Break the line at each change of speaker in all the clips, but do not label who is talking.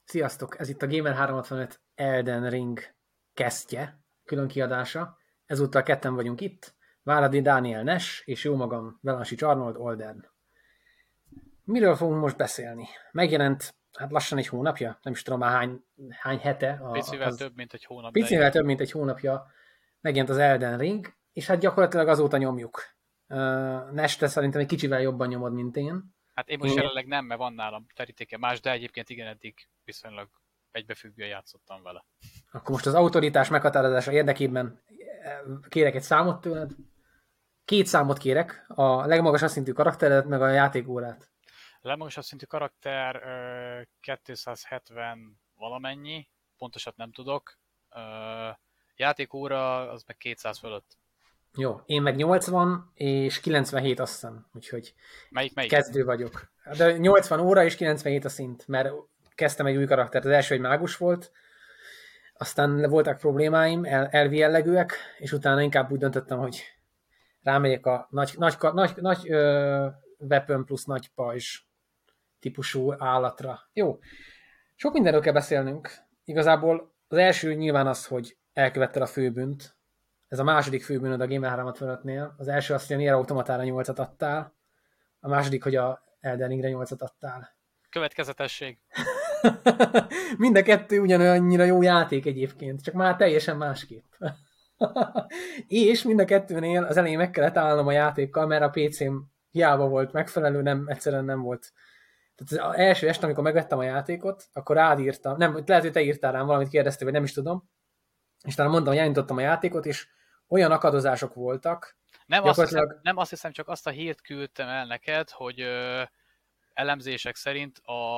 Sziasztok! Ez itt a Gamer365 Elden Ring castje, külön kiadása. Ezúttal ketten vagyunk itt, Váradi Dániel Nes, és jó magam, Velansics Arnold Oldern. Miről fogunk most beszélni? Megjelent, hát lassan egy hónapja, nem is tudom már hány hete.
Picivel több, mint egy hónap.
Picivel több, mint egy hónapja megjelent az Elden Ring, és hát gyakorlatilag azóta nyomjuk. Nes, te szerintem egy kicsivel jobban nyomod, mint én.
Hát én most jelenleg nem, mert van nálam terítéke más, de egyébként igen, eddig viszonylag egybefüggően játszottam vele.
Akkor most az autoritás meghatározása érdekében kérek egy számot tőled. 2 számot kérek, a legmagasabb szintű karakteredet, meg a játékórát.
A legmagasabb szintű karakter 270 valamennyi, pontosat nem tudok. Játékóra az meg 200 fölött.
Jó, én meg 80 és 97 azt hiszem, úgyhogy
Melyik?
kezdő vagyok. De 80 óra és 97 a szint, mert kezdtem egy új karaktert. Az első egy mágus volt, aztán voltak problémáim, elvi jellegűek, és utána inkább úgy döntöttem, hogy rámegyek a nagy weapon plusz nagy pajzs típusú állatra. Jó, sok mindenről kell beszélnünk. Igazából az első nyilván az, hogy elkövetted a főbűnt. Ez a második főbűnöd a Gamer365-nél. Az első azt, hogy a Nier Automatára 8-at adtál. A második, hogy a Elden Ringre 8-at adtál.
Következetesség.
Mind a kettő ugyanannyira jó játék egyébként, csak már teljesen másképp. És mind a kettőnél az elején meg kellett állnom a játékkal, mert a PC-m hiába volt megfelelő, egyszerűen nem volt. Tehát az első este, amikor megvettem a játékot, akkor rád írtam, nem, lehet, hogy te írtál rám valamit, kérdeztél, vagy nem is tudom, és talán mondtam, hogy elindítottam a játékot, és olyan akadozások voltak.
Nem azt hiszem, csak azt a hírt küldtem el neked, hogy elemzések szerint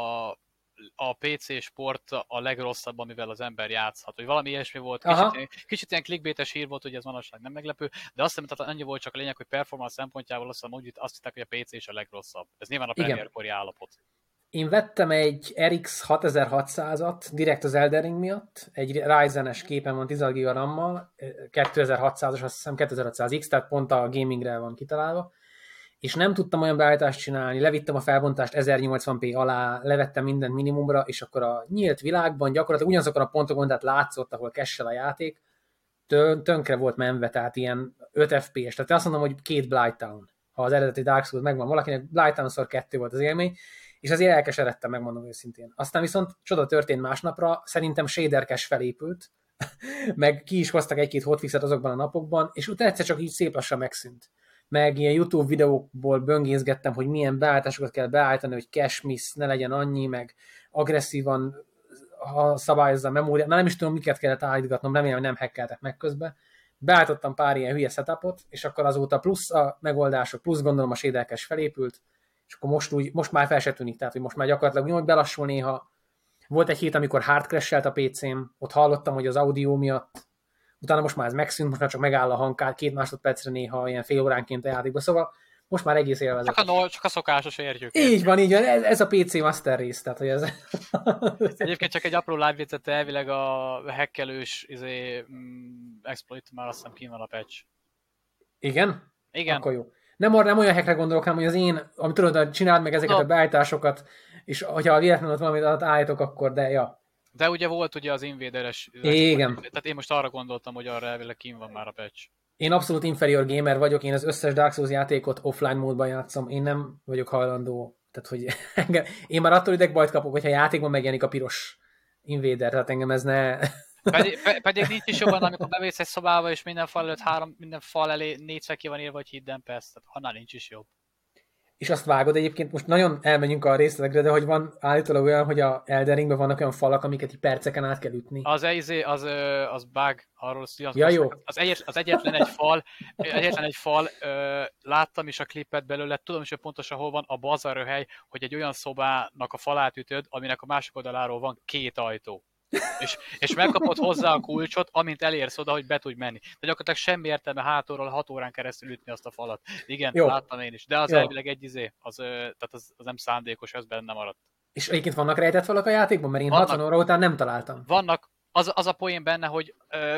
a PC sport a legrosszabb, amivel az ember játszhat. Hogy valami ilyesmi volt, kicsit ilyen clickbaites hír volt, hogy ez manapság nem meglepő, de azt hiszem, hogy annyi volt csak a lényeg, hogy performance szempontjából azt hitták, hogy a PC is a legrosszabb. Ez nyilván a premierkori állapot.
Én vettem egy RX 6600-at direkt az Elden Ring miatt, egy Ryzen-es képen van 16 GB RAM-mal, 2600-as, azt hiszem 2600X, tehát pont a gamingre van kitalálva, és nem tudtam olyan beállítást csinálni, levittem a felbontást 1080p alá, levettem mindent minimumra, és akkor a nyílt világban gyakorlatilag ugyanazokon a pontokon, tehát látszott, ahol cache-el a játék, tönkre volt menve, tehát ilyen 5 FPS, tehát azt mondom, hogy 2 Blighttown, ha az eredeti Dark Souls megvan valakinek, Blighttown 2 volt az élmény, és azért elkeseredtem, megmondom őszintén. Aztán viszont csoda történt másnapra, szerintem shader cache felépült, meg ki is hoztak egy-két hotfixet azokban a napokban, és utána egyszer csak így szép lassan megszűnt. Meg ilyen YouTube videókból böngészgettem, hogy milyen beállításokat kell beállítani, hogy cache miss ne legyen annyi, meg agresszívan szabályozza a memóriát. Már nem is tudom, miket kellett állítgatnom, remélem, hogy nem hackeltek meg közben. Beállítottam pár ilyen hülye setupot, és akkor azóta plusz a megoldások, plusz gondolom a shader cache felépült, és akkor most már fel se tűnik, tehát hogy most már gyakorlatilag nyomj belassul néha. Volt egy hét, amikor hard crash-elt a PC-m, ott hallottam, hogy az audio miatt, utána most már ez megszűnt, most már csak megáll a hangkár 2 másodpercre néha, ilyen fél óránként a játékba, szóval most már egész élvezet.
Csak a szokásos értjük.
Így van, ez a PC Master Race, tehát hogy ez...
Egyébként csak egy apró live viccet, elvileg a hackelős exploit már azt hiszem kín van a patch.
Igen?
Igen.
Akkor jó. Nem olyan hackre gondolok, hanem hogy az én, amit tudod, csináld meg ezeket a beállításokat, és hogyha véletlenül ott valamit állítok, akkor ja.
De ugye volt ugye az Invader-es...
Igen.
Tehát én most arra gondoltam, hogy arra elvileg kín van már a patch.
Én abszolút inferior gamer vagyok, én az összes Dark Souls játékot offline módban játszom, én nem vagyok hajlandó, tehát hogy én már attól bajt kapok, hogyha játékban megjelenik a piros Invader, tehát engem ez ne...
Pedig nincs is jobban, amikor bevész egy szobába, és minden fal előtt minden fal elé 4-szer ki van írva, hogy hidden pass, tehát annál nincs is jobb.
És azt vágod egyébként, most nagyon elmenjünk a részletekre, de hogy van állítólag olyan, hogy a Elden Ringben vannak olyan falak, amiket így perceken át kell ütni.
Az bug, arról
ja, jó.
Az egyetlen egy fal, láttam is a klippet belőle, tudom is, hogy pontosan hol van a bazaröhely, hogy egy olyan szobának a falát ütöd, aminek a másik oldaláról van 2 ajtó. És megkapod hozzá a kulcsot, amint elérsz oda, hogy be tudj menni. De gyakorlatilag semmi értelme hátulról 6 órán keresztül ütni azt a falat. Igen, jó. Láttam én is. De az elvileg tehát az nem szándékos, ez benne maradt.
És egyébként vannak rejtett falak a játékban? Mert én 60 óra után nem találtam.
Vannak. Az a poén benne, hogy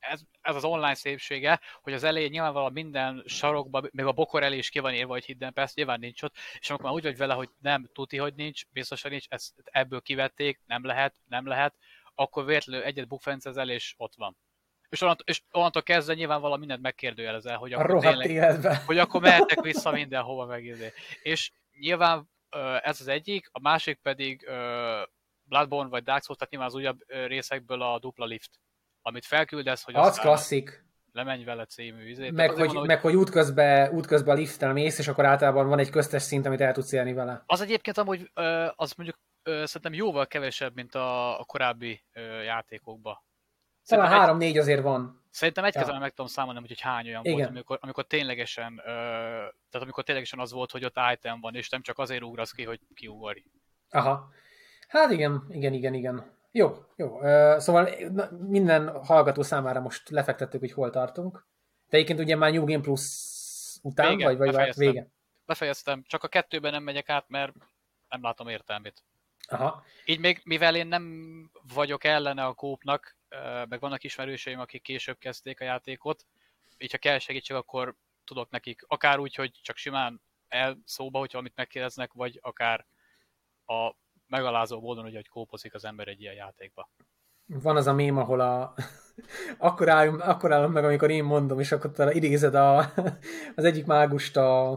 ez az online szépsége, hogy az elején nyilvánvalóan minden sarokban, még a bokor elé is ki van írva, hogy Hidden Pass, nyilván nincs ott, és amikor már úgy vagy vele, hogy nem, tuti, hogy nincs, biztosan nincs, ebből kivették, nem lehet, akkor véletlenül egyet bukfencezel, és ott van. És onnantól kezdve nyilvánvalóan mindent megkérdőjelezel, hogy
A
akkor
rohadt
tényleg,
életbe.
hogy akkor mehetek vissza mindenhova megnézni. És nyilván ez az egyik, a másik pedig Bloodborne vagy Dark Souls, tehát nyilván az újabb részekből a dupla lift, amit felküldesz, hogy
Az
aztán
klasszik.
lemenj vele című izét.
Meg hogy útközben a lifttel mész, és akkor általában van egy köztes szint, amit el tudsz élni vele.
Az egyébként amúgy, az mondjuk szerintem jóval kevesebb, mint a korábbi játékokban.
Talán 3-4 azért van.
Szerintem egy kezemben meg tudom számolni, hogy hány olyan
Igen.
volt, amikor ténylegesen, tehát amikor ténylegesen az volt, hogy ott item van, és nem csak azért ugrasz ki, hogy kiugorj.
Aha. Hát igen. Jó. Szóval minden hallgató számára most lefektettük, hogy hol tartunk. De egyébként ugye már New Game Plus után, vagy vége?
Befejeztem. Csak a 2-ben nem megyek át, mert nem látom értelmét.
Aha.
Így még, mivel én nem vagyok ellene a kópnak, meg vannak ismerőseim, akik később kezdték a játékot, így ha kell segítség, akkor tudok nekik, akár úgy, hogy csak simán szóba, hogyha amit megkérdeznek, vagy akár a megalázó módon, hogy kópozik az ember egy ilyen játékba.
Van az a mém, ahol akkor állom meg, amikor én mondom, és akkor idézed az egyik mágust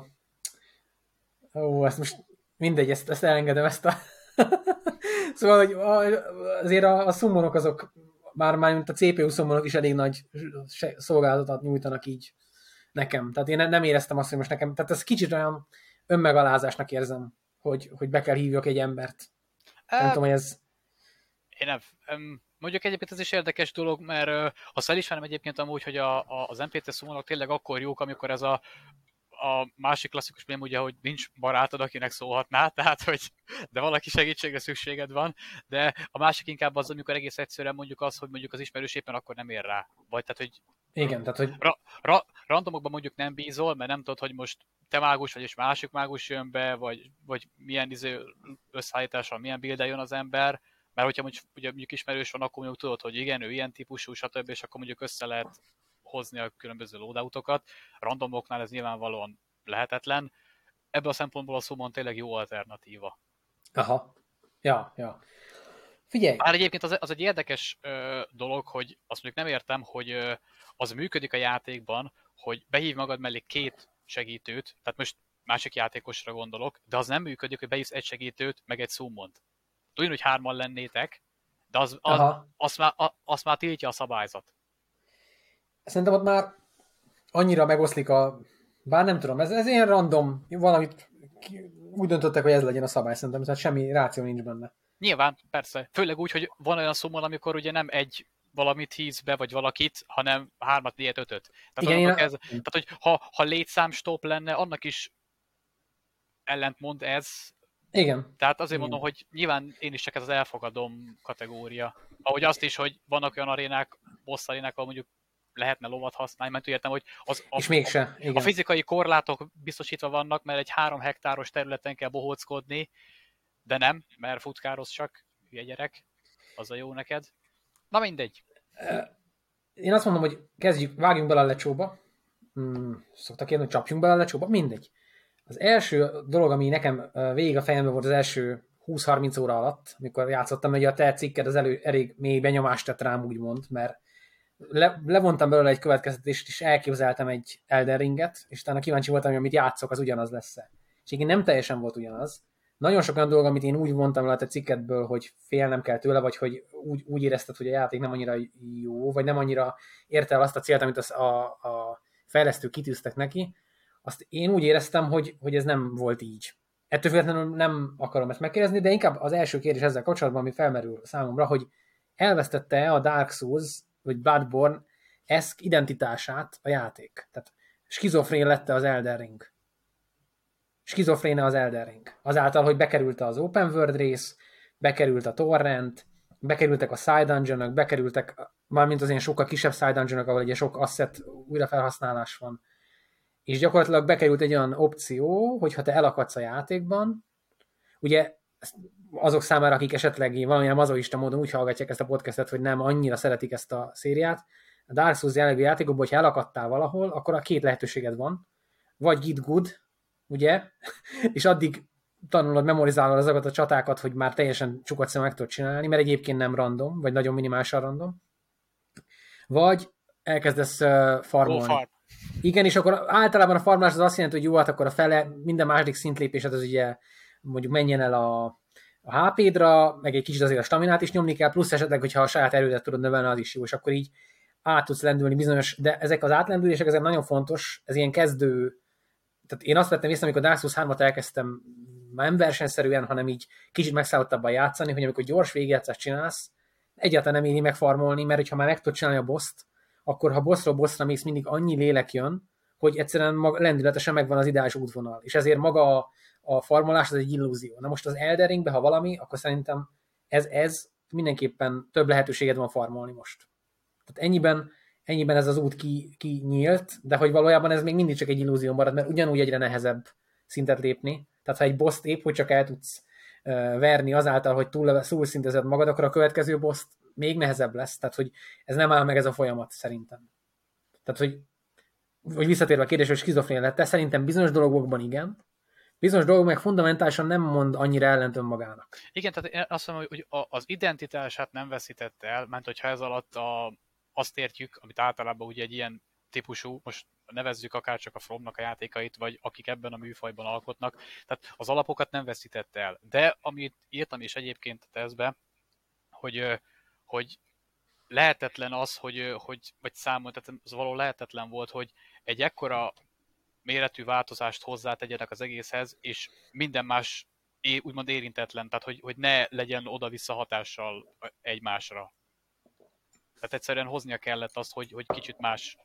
ezt most mindegy, ezt elengedem, Szóval, hogy azért a szummonok azok, már mint a CPU szummonok is elég nagy szolgálatot nyújtanak így nekem. Tehát én nem éreztem azt, hogy most nekem, tehát ez kicsit olyan önmegalázásnak érzem, hogy be kell hívjak egy embert. Nem tudom, hogy ez...
Én nem. Mondjuk egyébként ez is érdekes dolog, mert azt elismerem egyébként amúgy, hogy az NPC szummonok tényleg akkor jók, amikor ez a másik klasszikus problém ugye, hogy nincs barátod, akinek szólhatnál, tehát hogy de valaki segítségre szükséged van, de a másik inkább az, amikor egész egyszerűen mondjuk az, hogy mondjuk az ismerős éppen akkor nem ér rá. Vagy tehát, hogy
igen, tehát, hogy...
randomokban mondjuk nem bízol, mert nem tudod, hogy most te mágus vagy, és másik mágus jön be, vagy milyen összeállítással, milyen build jön az ember, mert hogyha mondjuk ismerős van, akkor mondjuk tudod, hogy igen, ő ilyen típusú, stb., és akkor mondjuk össze lehet hozni a különböző loadoutokat. Randomoknál ez nyilvánvalóan lehetetlen. Ebből a szempontból a Summon tényleg jó alternatíva.
Aha. Ja. Figyelj!
Bár egyébként az egy érdekes dolog, hogy azt mondjuk nem értem, hogy az működik a játékban, hogy behív magad mellé 2 segítőt, tehát most másik játékosra gondolok, de az nem működik, hogy behívsz egy segítőt, meg egy summont. Tudjon, hogy 3-an lennétek, de azt már tiltja a szabályzat.
Szerintem ott már annyira megoszlik bár nem tudom, ez ilyen random, valamit úgy döntöttek, hogy ez legyen a szabály, szerintem, tehát semmi ráció nincs benne.
Nyilván, persze. Főleg úgy, hogy van olyan summon, amikor ugye nem egy valamit híz be, vagy valakit, hanem 3, 4, 5. Tehát hogy ha létszám stop lenne, annak is ellentmond ez.
Igen.
Tehát azért mondom, hogy nyilván én is csak ez az elfogadom kategória. Ahogy azt is, hogy vannak olyan arénák, boss arénák, ahol mondjuk lehetne lovat használni, mert értem, hogy
és mégse,
a fizikai korlátok biztosítva vannak, mert egy 3 hektáros területen kell bohóckodni, de nem, mert futkároz csak, hülye gyerek, az a jó neked. Na mindegy.
Én azt mondom, hogy vágjunk bele a lecsóba. Szoktak kérni, hogy csapjunk bele a lecsóba, mindegy. Az első dolog, ami nekem végig a fejemben volt az első 20-30 óra alatt, amikor játszottam, hogy a te cikked az elég mély benyomást tett rám, úgymond, mert levontam belőle egy következtetést, és elképzeltem egy Elden Ringet, és utána kíváncsi voltam, hogy amit játszok, az ugyanaz lesz-e. És igen, nem teljesen volt ugyanaz. Nagyon sok olyan dolog, amit én úgy vontam le a te cikkedből, hogy félnem kell tőle, vagy hogy úgy érezted, hogy a játék nem annyira jó, vagy nem annyira érte el azt a célt, amit a fejlesztők kitűztek neki, azt én úgy éreztem, hogy ez nem volt így. Ettől függetlenül nem akarom ezt megkérdezni, de inkább az első kérdés ezzel kapcsolatban, ami felmerül számomra, hogy elvesztette a Dark Souls, vagy Bloodborne-eszk identitását a játék. Tehát skizofrén lette az Elden Ring. Skizofréne az Elden Ring. Azáltal, hogy bekerült az open world rész, bekerült a torrent, bekerültek a side dungeonok, bekerültek, mármint az ilyen sokkal kisebb side dungeonok, ahol egy sok asset újrafelhasználás van. És gyakorlatilag bekerült egy olyan opció, hogy ha te elakadsz a játékban, ugye azok számára, akik esetleg valamilyen mazoista módon úgy hallgatják ezt a podcastet, hogy nem annyira szeretik ezt a szériát, a Dark Souls jellegű játékokban, hogyha elakadtál valahol, akkor a két lehetőséged van. Vagy git good, ugye? És addig tanulod, memorizálod azokat a csatákat, hogy már teljesen csukott szemben meg tudod csinálni, mert egyébként nem random, vagy nagyon minimálisan random. Vagy elkezdesz farmolni. Igen, és akkor általában a farmolás az azt jelenti, hogy jó, hát akkor a fele, minden második szintlépésed az ugye mondjuk menjen el a HP-dra, meg egy kicsit azért a staminát is nyomni kell, plusz esetleg, hogyha a saját erődet tudod növelni, az is jó, és akkor így át tudsz lendülni bizonyos, de ezek az átlendülések, ezek nagyon fontos, ez ilyen kezdő, tehát én azt vettem észre, amikor Dark Souls 3-at elkezdtem nem versenyszerűen, hanem így kicsit megszállottabban játszani, hogy amikor gyors végigjátszást csinálsz, egyáltalán nem éri megfarmolni, mert ha már meg tudod csinálni a boszt, akkor ha bossról bosszra mész, mindig annyi lélek jön, hogy egyszerűen lendületesen megvan az ideális útvonal. És ezért maga a farmolás az egy illúzió. Na most az Elden Ringben, ha valami, akkor szerintem ez mindenképpen több lehetőséged van farmolni most. Tehát ennyiben ez az út kinyílt, de hogy valójában ez még mindig csak egy illúzió marad, mert ugyanúgy egyre nehezebb szintet lépni. Tehát ha egy boszt épp, hogy csak el tudsz verni azáltal, hogy túlszintezed magad, akkor a következő boszt még nehezebb lesz. Tehát, hogy ez nem áll meg ez a folyamat szerintem. Tehát, hogy visszatérve a kérdésre, hogy skizofrén lett, szerintem bizonyos dolgokban igen, bizonyos dolgok meg fundamentálisan nem mond annyira ellent önmagának.
Igen, tehát én azt mondom, hogy az identitását nem veszítette el, mert hogyha ez alatt azt értjük, amit általában ugye egy ilyen típusú, most nevezzük akár csak a Fromnak a játékait, vagy akik ebben a műfajban alkotnak, tehát az alapokat nem veszítette el. De amit írtam is egyébként a tesztbe, hogy lehetetlen az, vagy számol, tehát az való lehetetlen volt, hogy egy ekkora méretű változást hozzátegyenek az egészhez, és minden más úgymond érintetlen, tehát hogy ne legyen oda-vissza hatással egymásra. Tehát egyszerűen hoznia kellett azt, hogy kicsit más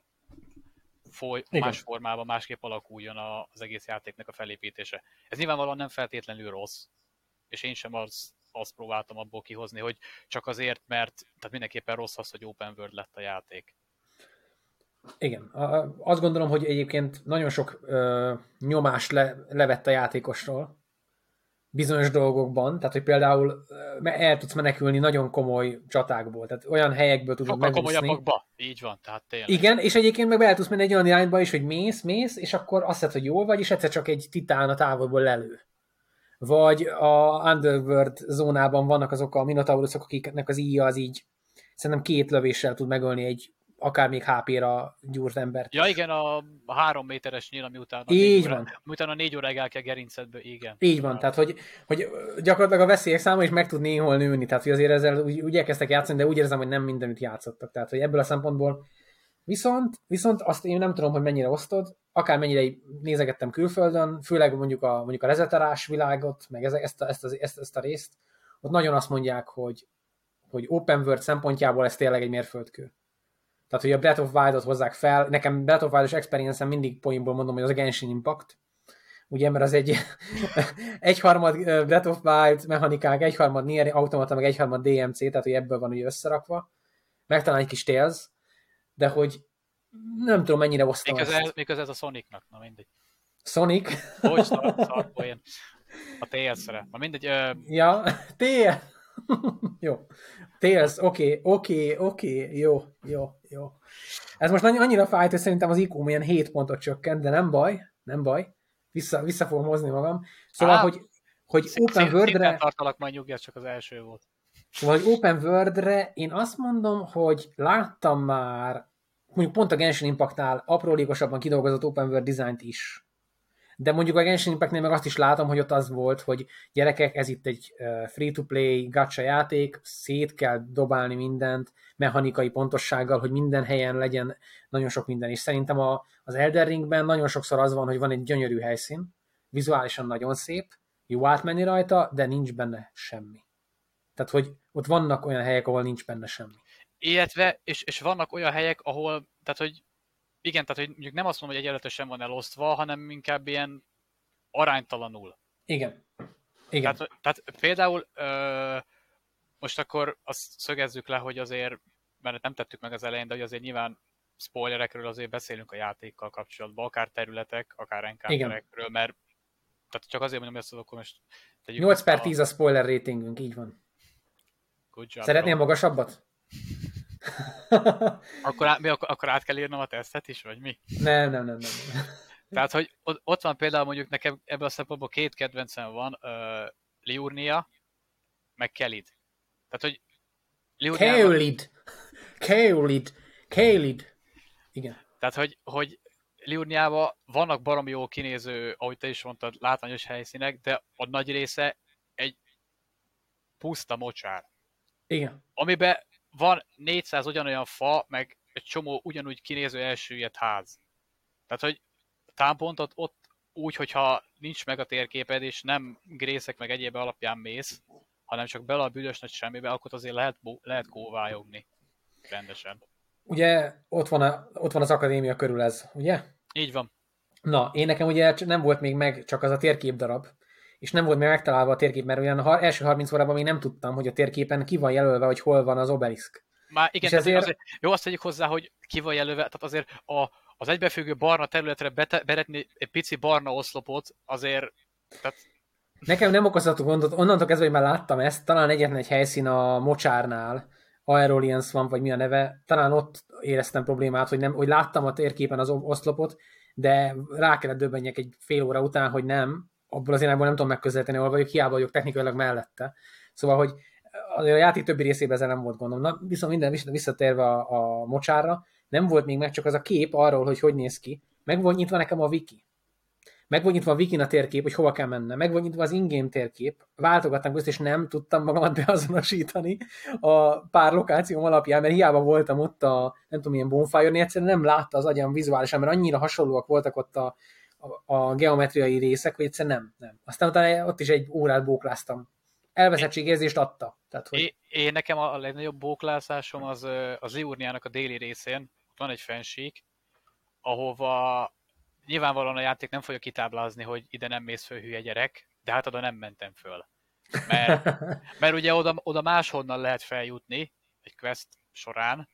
formában, másképp alakuljon az egész játéknak a felépítése. Ez nyilvánvalóan nem feltétlenül rossz, és én sem azt próbáltam abból kihozni, hogy csak azért, mert tehát mindenképpen rossz az, hogy open world lett a játék.
Igen. Azt gondolom, hogy egyébként nagyon sok nyomást levett a játékosról bizonyos dolgokban, tehát hogy például el tudsz menekülni nagyon komoly csatákból, tehát olyan helyekből tudod megúszni.
Sokkal komolyabbakba, így van, tehát tényleg.
Igen, és egyébként meg el tudsz menni egy olyan irányba is, hogy mész, és akkor azt hiszed, hogy jól vagy, és egyszer csak egy titán a távolból lelő. Vagy a Underworld zónában vannak azok a minotaurusok, akiknek az íja az így szerintem 2 lövéssel tud megölni egy akár még HP-ra gyúrt embert.
Ja igen, a 3 méteres nyíl, ami utána 4 óráig el kell gerincedből, igen.
Így van, tehát hogy gyakorlatilag a veszélyek száma is meg tud néhol nőni, tehát hogy azért ezzel úgy elkezdtek játszani, de úgy érzem, hogy nem mindenütt játszottak, tehát hogy ebből a szempontból viszont azt én nem tudom, hogy mennyire osztod, akár mennyire nézegettem külföldön, főleg mondjuk a rezeterás világot, meg ezt a részt, ott nagyon azt mondják, hogy open world szempontjából ez tényleg egy mérföldkő. Tehát, hogy a Breath of Wild-ot hozzák fel, nekem Breath of Wild-os experience-em mindig poénból mondom, hogy az a Genshin Impact, ugye, mert az egy egyharmad Breath of Wild mechanikák, egyharmad Nier Automata, meg egyharmad DMC, tehát, hogy ebből van ugye összerakva, meg talán egy kis Tales, de hogy nem tudom, mennyire osztom
Miközben ez a Sonicnak, na mindegy.
Sonic?
Hogy szarpoén. A Tales-re. Na mindegy.
Ja, Tales. Jó. Tales, oké, jó. Ez most annyira fájt, hogy szerintem az IQ-m ilyen 7 pontot csökkent, de nem baj. Vissza fogom hozni magam. Szóval, hogy Open World-re...
tartalak majd nyugját, csak az első volt.
Szóval, hogy Open World-re én azt mondom, hogy láttam már mondjuk pont a Genshin Impact-nál aprólékosabban kidolgozott Open World dizájnt is. De mondjuk a Genshin Impact-nél meg azt is látom, hogy ott az volt, hogy gyerekek, ez itt egy free-to-play gacha játék, szét kell dobálni mindent, mechanikai pontossággal, hogy minden helyen legyen nagyon sok minden. És szerintem az Elden Ringben nagyon sokszor az van, hogy van egy gyönyörű helyszín, vizuálisan nagyon szép, jó átmenni rajta, de nincs benne semmi. Tehát, hogy ott vannak olyan helyek, ahol nincs benne semmi.
Illetve, és vannak olyan helyek, ahol, tehát, hogy igen, tehát hogy mondjuk nem azt mondom, hogy egyenletesen van elosztva, hanem inkább ilyen aránytalanul.
Igen.
Tehát például most akkor azt szögezzük le, hogy azért, mert nem tettük meg az elején, de hogy azért nyilván spoilerekről azért beszélünk a játékkal kapcsolatban, akár területek, akár encounterekről, mert tehát csak azért mondom, hogy ezt akkor most tegyük.
8/10 a spoiler ratingünk, így van. Szeretnél magasabbat?
Akkor át kell írnom a tesztet is, vagy mi?
Nem.
Tehát, hogy ott van például mondjuk nekem ebből a szempontból két kedvencem van, Liurnia, meg Kelid. Tehát, hogy Liurniával,
Keolid. Igen.
tehát, hogy Liurniában vannak baromi jó kinéző, ahogy te is mondtad, látványos helyszínek, de a nagy része egy puszta mocsár.
Igen.
Amiben van 400 ugyanolyan fa, meg egy csomó ugyanúgy kinéző elsüllyedt ház. Tehát, hogy támpontot ott úgy, hogyha nincs meg a térképed, és nem grészek meg egyéb alapján mész, hanem csak bele a büdös nagy semmibe, akkor azért lehet kóvályogni rendesen.
Ugye ott van az akadémia körül ez, ugye?
Így van.
Na, én nekem ugye nem volt még meg csak az a térkép darab, és nem volt még megtalálva a térkép, mert olyan első 30 órában még nem tudtam, hogy a térképen ki van jelölve, hogy hol van az obeliszk.
Már igen,
és ezért...
jó azt tegyük hozzá, hogy ki van jelölve, tehát azért az egybefüggő barna területre beretni egy pici barna oszlopot, azért... Tehát...
Nekem nem okozható gondot, onnantól kezdve, hogy már láttam ezt, talán egyetlen egy helyszín a mocsárnál, Aerolians van, vagy mi a neve, talán ott éreztem problémát, hogy láttam a térképen az oszlopot, de rá kellett döbbenjek egy fél óra után, hogy nem, abból az irányból nem tudom megközelíteni, ahol vagyok, hiába vagyok technikailag mellette. Szóval, hogy a játék többi részében ezzel nem volt gondom. Na, viszont minden visszatérve a mocsárra, nem volt még meg csak az a kép arról, hogy néz ki. Meg volt nyitva nekem a wiki. Meg volt nyitva a wikin a térkép, hogy hova kell mennem. Meg volt nyitva az in-game térkép. Váltogattam között, és nem tudtam magamat beazonosítani a pár lokációm alapján, mert hiába voltam ott nem tudom, milyen bonfire-nél, egyszerűen nem látta az agyam vizuálisan, mert annyira hasonlóak voltak ott a geometriai részek, hogy egyszerűen nem. Aztán utána ott is egy órát bókláztam. Elveszettségérzést adta. Tehát, hogy...
Én nekem a legnagyobb bóklázásom az Liurniának a déli részén, ott van egy fensík, ahova nyilvánvalóan a játék nem fogja kitáblázni, hogy ide nem mész föl, hülye gyerek, de hát oda nem mentem föl. Mert ugye oda máshonnan lehet feljutni egy quest során,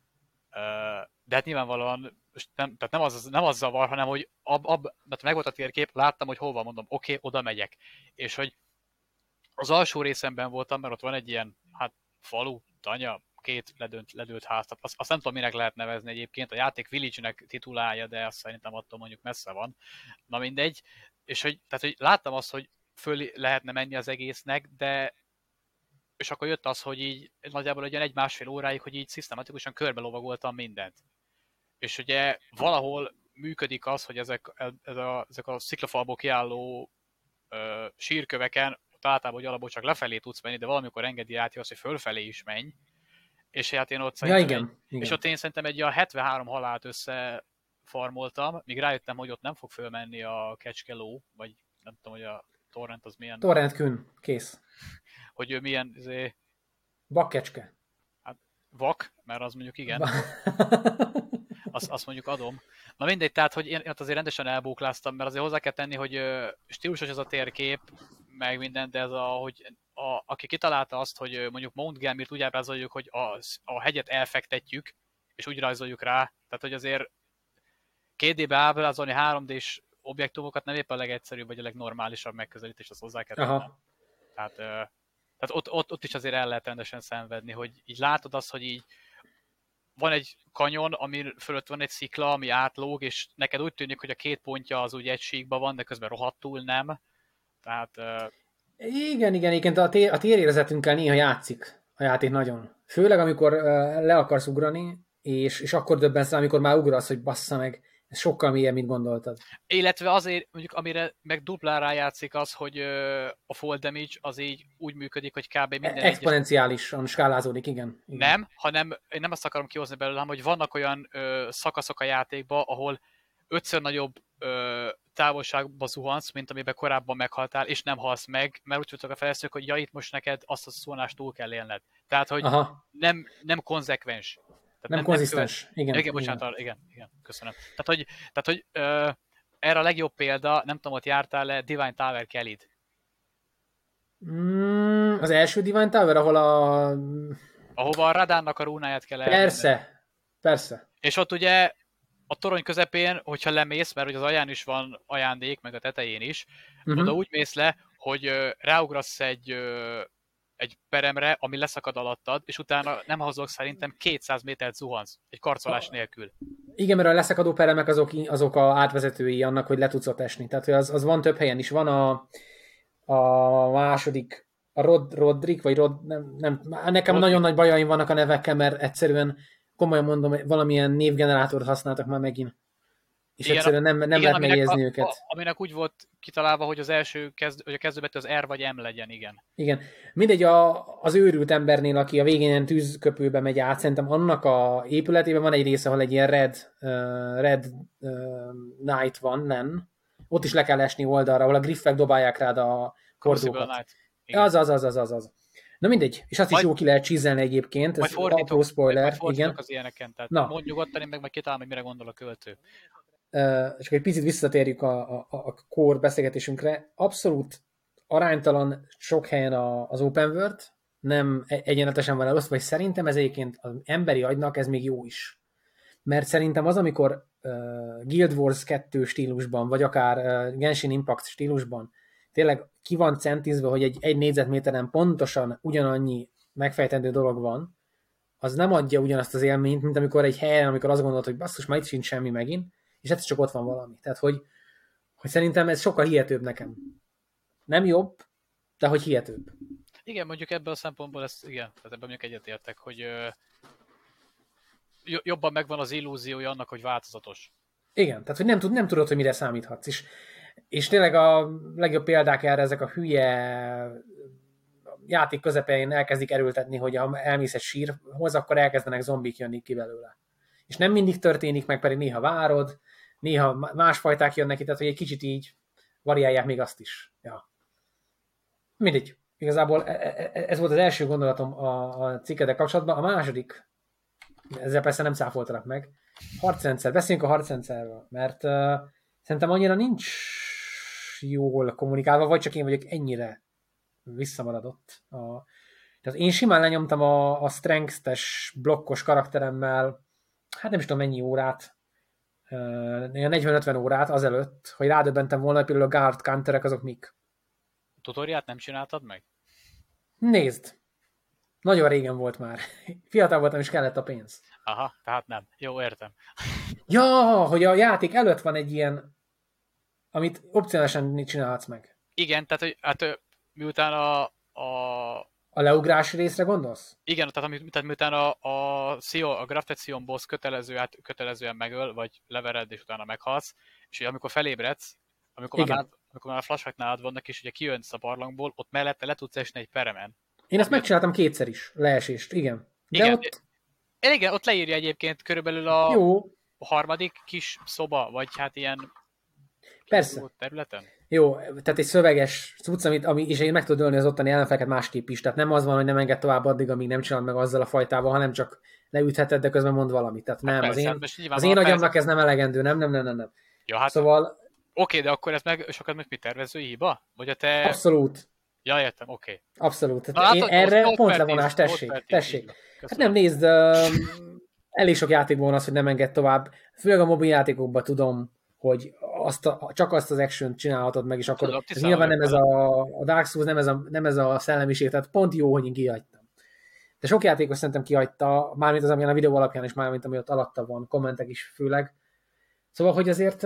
de hát nyilvánvalóan tehát nem az zavar, hanem hogy mert meg volt a térkép, láttam, hogy hol van, mondom, oké, oda megyek. És hogy az alsó részemben voltam, mert ott van egy ilyen falu, tanya, két ledőlt ház, tehát azt nem tudom, minek lehet nevezni egyébként, a játék Village-nek titulálja, de azt szerintem attól mondjuk messze van. Na mindegy, és hogy láttam azt, hogy föl lehetne menni az egésznek, de és akkor jött az, hogy így nagyjából egy másfél óráig, hogy így szisztematikusan körbe lovagoltam mindent. És ugye valahol működik az, hogy ezek a sziklafalból kiálló sírköveken, általában, hogy alapból csak lefelé tudsz menni, de valamikor engedi át az, hogy fölfelé is menj. És hát én ott
igen.
És ott én szerintem egy 73 halált összefarmoltam, míg rájöttem, hogy ott nem fog fölmenni a kecskeló, vagy nem tudom, hogy a torrent az milyen...
Torrent kün, kész.
Hogy ő milyen...
Bakkecske.
Hát vak, mert az mondjuk igen. Azt mondjuk adom. Na mindegy, tehát, hogy én azért rendesen elbókláztam, mert azért hozzá kell tenni, hogy stílusos ez a térkép, meg minden, de ez hogy aki kitalálta azt, hogy mondjuk Mount Gelmirt úgy ábrázoljuk, hogy a hegyet elfektetjük, és úgy rajzoljuk rá, tehát hogy azért 2D-be ábrázolni 3D-s objektumokat nem éppen a legegyszerűbb, vagy a legnormálisabb megközelítés, azt hozzá kell tennem. Tehát ott is azért el lehet rendesen szenvedni, hogy így látod azt, hogy így van egy kanyon, ami fölött van egy szikla, ami átlóg, és neked úgy tűnik, hogy a két pontja az úgy egy síkban van, de közben rohadtul nem. Tehát...
Igen, a térérzetünkkel néha játszik a játék nagyon. Főleg, amikor le akarsz ugrani, és akkor döbbensz rá, amikor már ugrasz, hogy bassza meg, ez sokkal mélyebb, mint gondoltad.
Illetve azért, mondjuk amire meg duplára játszik az, hogy a fall damage az így úgy működik, hogy kb. Minden
exponenciálisan skálázódik, igen.
Nem, hanem én nem azt akarom kihozni belőle, hanem hogy vannak olyan szakaszok a játékban, ahol 5-ször nagyobb távolságba zuhansz, mint amiben korábban meghaltál, és nem halsz meg, mert úgy tudtak a fejlesztők, hogy ja, itt most neked azt a zuhanást túl kell élned. Tehát, hogy nem konzekvens.
Nem konzisztens.
Igen, bocsánat, igen, köszönöm. Tehát, hogy erre a legjobb példa, nem tudom, ott jártál-e, Divine Tower Kelid.
Az első Divine Tower,
ahova a Radánnak a rúnáját kell elmenni.
Persze.
És ott ugye a torony közepén, hogyha lemész, mert hogy az alján is van ajándék, meg a tetején is, oda úgy mész le, hogy ráugrasz egy egy peremre, ami leszakad alattad, és utána nem hozok szerintem 200 métert zuhansz, egy karcolás nélkül.
Igen, mert a leszakadó peremek azok a átvezetői annak, hogy le tudsz ott esni. Tehát az van több helyen is. Van a második, a Rodrik, vagy nekem nagyon nagy bajaim vannak a nevekkel, mert egyszerűen, komolyan mondom, valamilyen névgenerátort használtak már megint. És igen, egyszerűen nem lehet megjegyezni őket.
Aminek úgy volt kitalálva, hogy az első hogy a kezdőbetű az R vagy M legyen, igen.
Igen. Mindegy, az őrült embernél, aki a végén ilyen tűzköpőbe megy át, szerintem annak a épületében van egy része, ahol egy ilyen red Knight van, nem? Ott is le kell esni oldalra, ahol a griffek dobálják rád a kordókat. Az. Na mindegy, és azt is jó ki lehet csízelni egyébként, ez apró spoiler. Igen.
Az ilyeneken, tehát mondj nyugodtan, én meg majd kitalálom, hogy mire gondol a költő.
Csak egy picit visszatérjük a core beszélgetésünkre. Abszolút aránytalan sok helyen az open world, nem egyenletesen van elosztva, vagy szerintem ez egyébként az emberi agynak ez még jó is. Mert szerintem az, amikor Guild Wars 2 stílusban, vagy akár Genshin Impact stílusban tényleg ki van centizve, hogy egy négyzetméteren pontosan ugyanannyi megfejtendő dolog van, az nem adja ugyanazt az élményt, mint amikor egy helyen, amikor azt gondolod, hogy basszus, már itt sincs semmi megint, és ez csak ott van valami. Tehát, hogy szerintem ez sokkal hihetőbb nekem. Nem jobb, de hogy hihetőbb.
Igen, mondjuk ebből a szempontból igen, tehát ebben mondjuk egyetértek, hogy jobban megvan az illúziója annak, hogy változatos.
Igen, tehát hogy nem tudod, hogy mire számíthatsz. És tényleg a legjobb példák erre ezek a hülye játék közepén elkezdik erőltetni, hogy ha elmész egy sírhoz, akkor elkezdenek zombik jönni ki belőle. És nem mindig történik meg, pedig néha várod, néha másfajták jönnek ki, tehát hogy egy kicsit így variálják még azt is. Ja. Mindegy. Igazából ez volt az első gondolatom a cikkedek kapcsolatban. A második, ezzel persze nem száfoltalak meg, harcrendszer. Beszéljünk a harcrendszerről, mert szerintem annyira nincs jól kommunikálva, vagy csak én vagyok ennyire visszamaradott. Tehát én simán lenyomtam a strength-es blokkos karakteremmel, hát nem is tudom mennyi órát, ilyen 40-50 órát azelőtt, hogy rádöbbentem volna, hogy például a guard counterek azok mik.
A tutoriát nem csináltad meg?
Nézd! Nagyon régen volt már. Fiatal voltam, és kellett a pénz.
Aha, tehát nem. Jó, értem.
Ja, hogy a játék előtt van egy ilyen, amit opcionálisan csinálhatsz meg.
Igen, tehát hogy, hát miután
a leugrás részre gondolsz?
Igen, tehát miután a Grafted Sion boss kötelezően megöl, vagy levered, és utána meghalsz, és hogy amikor felébredsz, amikor már a flashback nálad vannak, és ugye kijöntsz a barlangból, ott mellette le tudsz esni egy peremen.
Én ezt megcsináltam kétszer is, leesést, igen. De
igen, ott leírja egyébként körülbelül a harmadik kis szoba, vagy hát ilyen területen.
Jó, tehát egy szöveges cucc, és én meg tudod ölni az ottani ellenfeleket másképp is. Tehát nem az van, hogy nem enged tovább addig, amíg nem csinálod meg azzal a fajtával, hanem csak leütheted, de közben mond valamit. Tehát nem, az én agyamnak ez nem elegendő, nem.
Ja, hát szóval... Oké, de akkor ez meg sokat meg mi tervezői hiba? Vagy a te...
Abszolút.
Ja, értem, oké.
Abszolút. Tehát én erre pontlevonást tessék. Hát nem, nézd, elég sok játékban van az, hogy nem enged tovább. Főleg a mobil játékokban tudom, hogy csak azt az action csinálhatod meg, és akkor tudom, nyilván nem ez a Dark Souls, nem ez a szellemiség, tehát pont jó, hogy én kihagytam. De sok játékos szerintem kihagyta, mármint az, amilyen a videó alapján, és mármint ami ott alatta van, kommentek is főleg. Szóval, hogy azért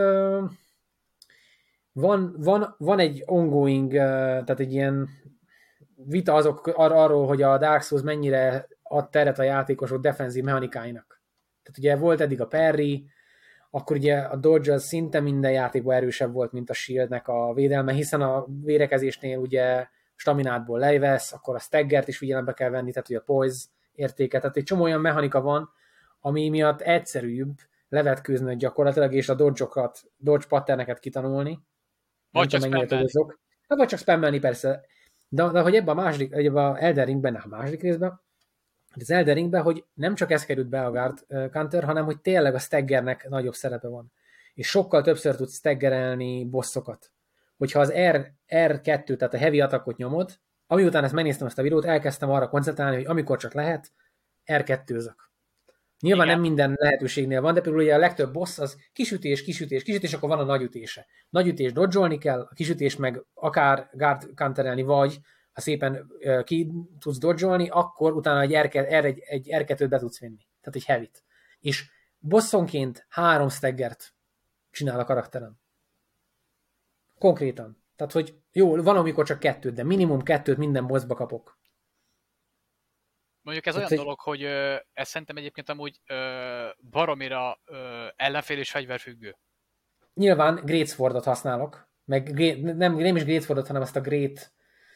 van egy ongoing, tehát egy ilyen vita arról, hogy a Dark Souls mennyire ad teret a játékosok defenzív mechanikáinak. Tehát ugye volt eddig a parry, akkor ugye a dodge az szinte minden játékban erősebb volt, mint a shieldnek a védelme, hiszen a védekezésnél ugye staminádból lejvesz, akkor a staggert is figyelembe kell venni, tehát ugye a poise értéket, tehát egy csomó olyan mechanika van, ami miatt egyszerűbb levetkőzni gyakorlatilag, és a dodge patterneket kitanulni.
Vagy csak spammelni.
Vagy csak spammelni, persze. De hogy ebben a Elden Ringben, a második részben, az Elden Ringben, hogy nem csak ez került be a guard counter, hanem hogy tényleg a staggernek nagyobb szerepe van. És sokkal többször tudsz staggerelni bosszokat. Hogyha az R2, tehát a heavy attackot nyomod, ami után ezt megnéztem ezt a videót, elkezdtem arra koncentrálni, hogy amikor csak lehet, R2-zök. Nyilván igen. Nem minden lehetőségnél van, de például ugye a legtöbb boss az kisütés, akkor van a nagyütése. Nagyütés dodge-olni kell, a kisütés meg akár guard counterelni, vagy ha ha szépen ki tudsz dodge-olni, akkor utána egy R2-t be tudsz vinni. Tehát egy heavy-t. És bosszonként 3 staggert csinál a karakterem. Konkrétan. Tehát, hogy jó, van amikor csak 2, de minimum 2 minden bossba kapok.
Mondjuk ez olyan dolog, hogy ez szerintem egyébként amúgy baromira ellenfél és fegyverfüggő.
Nyilván Greatswordot használok, meg nem is Greatswordot, hanem ezt a Great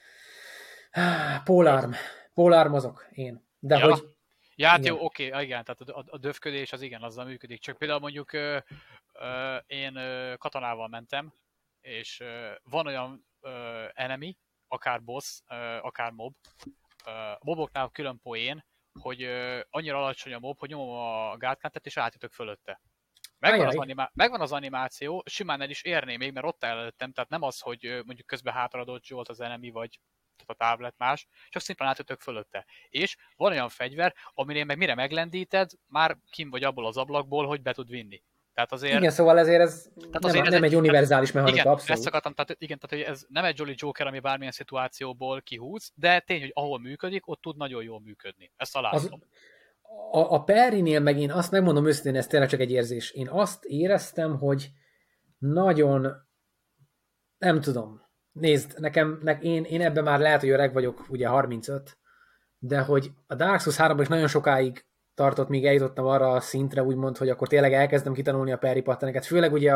Polearmozok én. De
ja.
hogy...
Ja, hát jó, oké, igen, tehát a dövködés az igen, azzal működik. Csak például mondjuk én katonával mentem, és van olyan enemy, akár boss, akár mob, moboknál külön poén, hogy annyira alacsony a mob, hogy nyomom a gátkantet és átütök fölötte. Megvan az animáció, simán el is érné még, mert ott előttem, tehát nem az, hogy mondjuk közben hátradott volt az enemy, vagy a táblet más, csak szimplán átütök fölötte. És van olyan fegyver, aminél meg mire meglendíted, már kim vagy abból az ablakból, hogy be tud vinni. Tehát azért...
Igen, szóval ezért ez nem egy univerzális mechanika,
igen,
abszolút.
Ezt akartam, tehát hogy ez nem egy Jolly Joker, ami bármilyen szituációból kihúz, de tény, hogy ahol működik, ott tud nagyon jól működni. Ezt találtam.
A Perrynél meg én azt megmondom őszintén, ez tényleg csak egy érzés. Én azt éreztem, hogy nagyon, nem tudom, nézd, én ebben már lehet, hogy öreg vagyok, ugye 35, de hogy a Dark Souls 3-ban is nagyon sokáig tartott, míg eljutottam arra a szintre, úgymond, hogy akkor tényleg elkezdem kitanulni a Perry pattaneket. Főleg ugye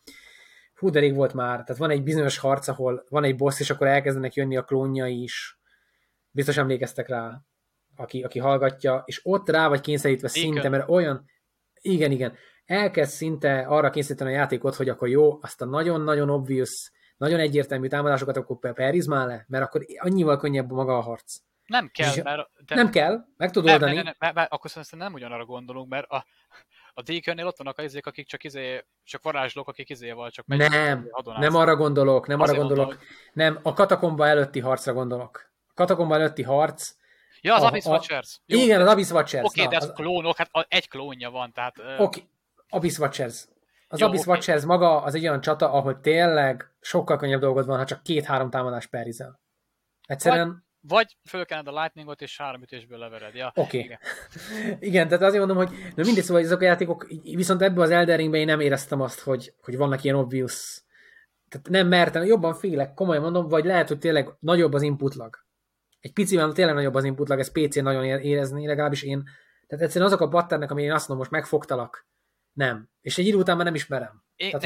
hú, de rég volt már, tehát van egy bizonyos harc, ahol van egy boss, és akkor elkezdenek jönni a klónjai is. Biztos emlékeztek rá, aki hallgatja, és ott rá vagy kényszerítve szinte, mert olyan, igen, elkezd szinte arra kényszeríteni a játékot, hogy akkor jó, azt a nagyon-nagyon obvious, nagyon egyértelmű támadásokat akkor perizmál le, mert akkor annyival könnyebb maga a harc.
Nem kell, mert...
Nem kell, meg tudod oldani.
Akkor szerintem nem ugyanarra gondolunk, mert a Deaconnél ott vannak azok, akik csak varázslók, akik csak megy.
Nem arra gondolok. Nem, a katakomba előtti harcra gondolok. A katakomba előtti harc.
Ja, az Abyss Watchers.
Igen, az Abyss Watchers.
Oké, de ez klónok, hát egy klónja van, tehát...
Oké, Abyss Watchers. Az Abyss Watchers maga az egy olyan csata, ahol tényleg sokkal könnyebb dolgod van, ha csak 2-3 támadás perizel. Egyszerűen...
Vagy fölkened a lightningot, és 3 ütésből levered. Ja,
Oké. Igen, tehát azért mondom, hogy mindegy, szóval ezek a játékok, viszont ebben az Elden Ringben én nem éreztem azt, hogy vannak ilyen obvious. Tehát nem mertem, jobban félek, komolyan mondom, vagy lehet, hogy tényleg nagyobb az inputlag. Egy picivel tényleg nagyobb az inputlag, ez PC-n nagyon érezni, legalábbis én. Tehát egyszerűen azok a patternek, amit én azt mondom, most megfogtalak. Nem. És egy idő után már nem ismerem.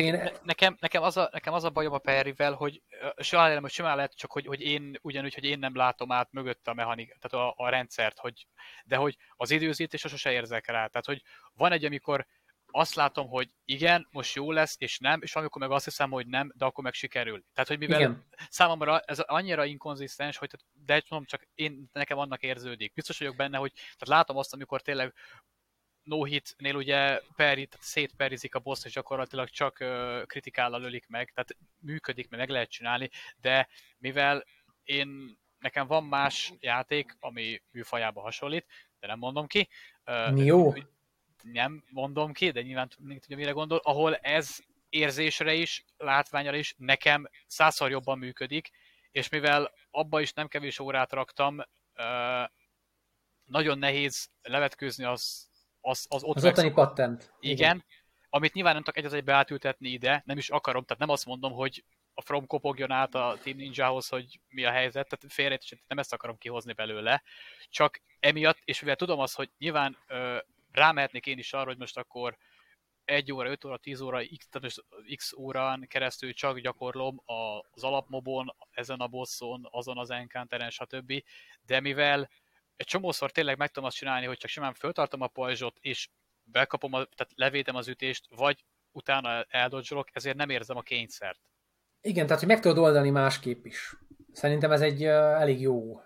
Nekem az a bajom a Perryvel, hogy simán lehet csak, hogy én ugyanúgy, hogy én nem látom át mögötte a mechanik, tehát a rendszert, de hogy az időzítésre sose érzek rá. Tehát, hogy van egy, amikor azt látom, hogy igen, most jó lesz, és nem, és amikor meg azt hiszem, hogy nem, de akkor meg sikerül. Tehát, hogy mivel igen. Számomra ez annyira inkonzisztens, hogy de mondom, csak nekem annak érződik. Biztos vagyok benne, hogy tehát látom azt, amikor tényleg no-hitnél ugye szétperizik a boss, és gyakorlatilag csak kritikállal ölik meg, tehát működik, meg lehet csinálni, de mivel nekem van más játék, ami műfajába hasonlít, de nem mondom ki.
Jó.
Nem mondom ki, de nyilván tudja, mire gondol, ahol ez érzésre is, látványra is nekem 100-szor jobban működik, és mivel abba is nem kevés órát raktam, nagyon nehéz levetkőzni az
ottani patent.
Igen, amit nyilván nem tudok egybe átültetni ide, nem is akarom, tehát nem azt mondom, hogy a From kopogjon át a Team Ninjahoz, hogy mi a helyzet, tehát félrejtését nem ezt akarom kihozni belőle, csak emiatt, és mivel tudom azt, hogy nyilván rámehetnék én is arra, hogy most akkor 1 óra, 5 óra, 10 óra, x órán keresztül csak gyakorlom az alapmobon, ezen a bosszon, azon az encounteren, stb. De mivel egy csomószor tényleg meg tudom azt csinálni, hogy csak simán föltartom a pajzsot, és bekapom, tehát levédem az ütést, vagy utána eldodzsolok, ezért nem érzem a kényszert.
Igen, tehát hogy meg tudod oldani másképp is. Szerintem ez egy elég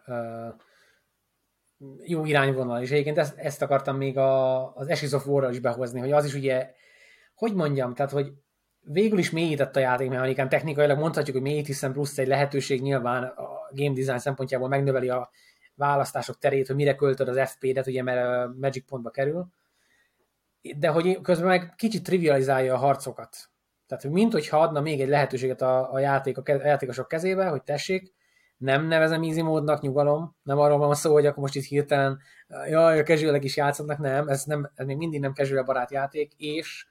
jó irányvonal, és egyébként ezt akartam még az Ashes of War-ral is behozni, hogy az is ugye, hogy mondjam, tehát hogy végül is mélyített a játékmechanikán, technikailag mondhatjuk, hogy mélyít, hiszen plusz egy lehetőség nyilván a game design szempontjából megnöveli a választások terét, hogy mire költöd az FP-det, ugye, mert a Magic Pontba kerül, de hogy közben meg kicsit trivializálja a harcokat. Tehát, hogy minthogyha adna még egy lehetőséget a játékosok kezébe, hogy tessék, Nem nevezem easy módnak, nyugalom. Nem arról van szó, hogy akkor most itt hirtelen jaj, a casualek is játszhatnak, nem. Ez még mindig nem casual barát játék, és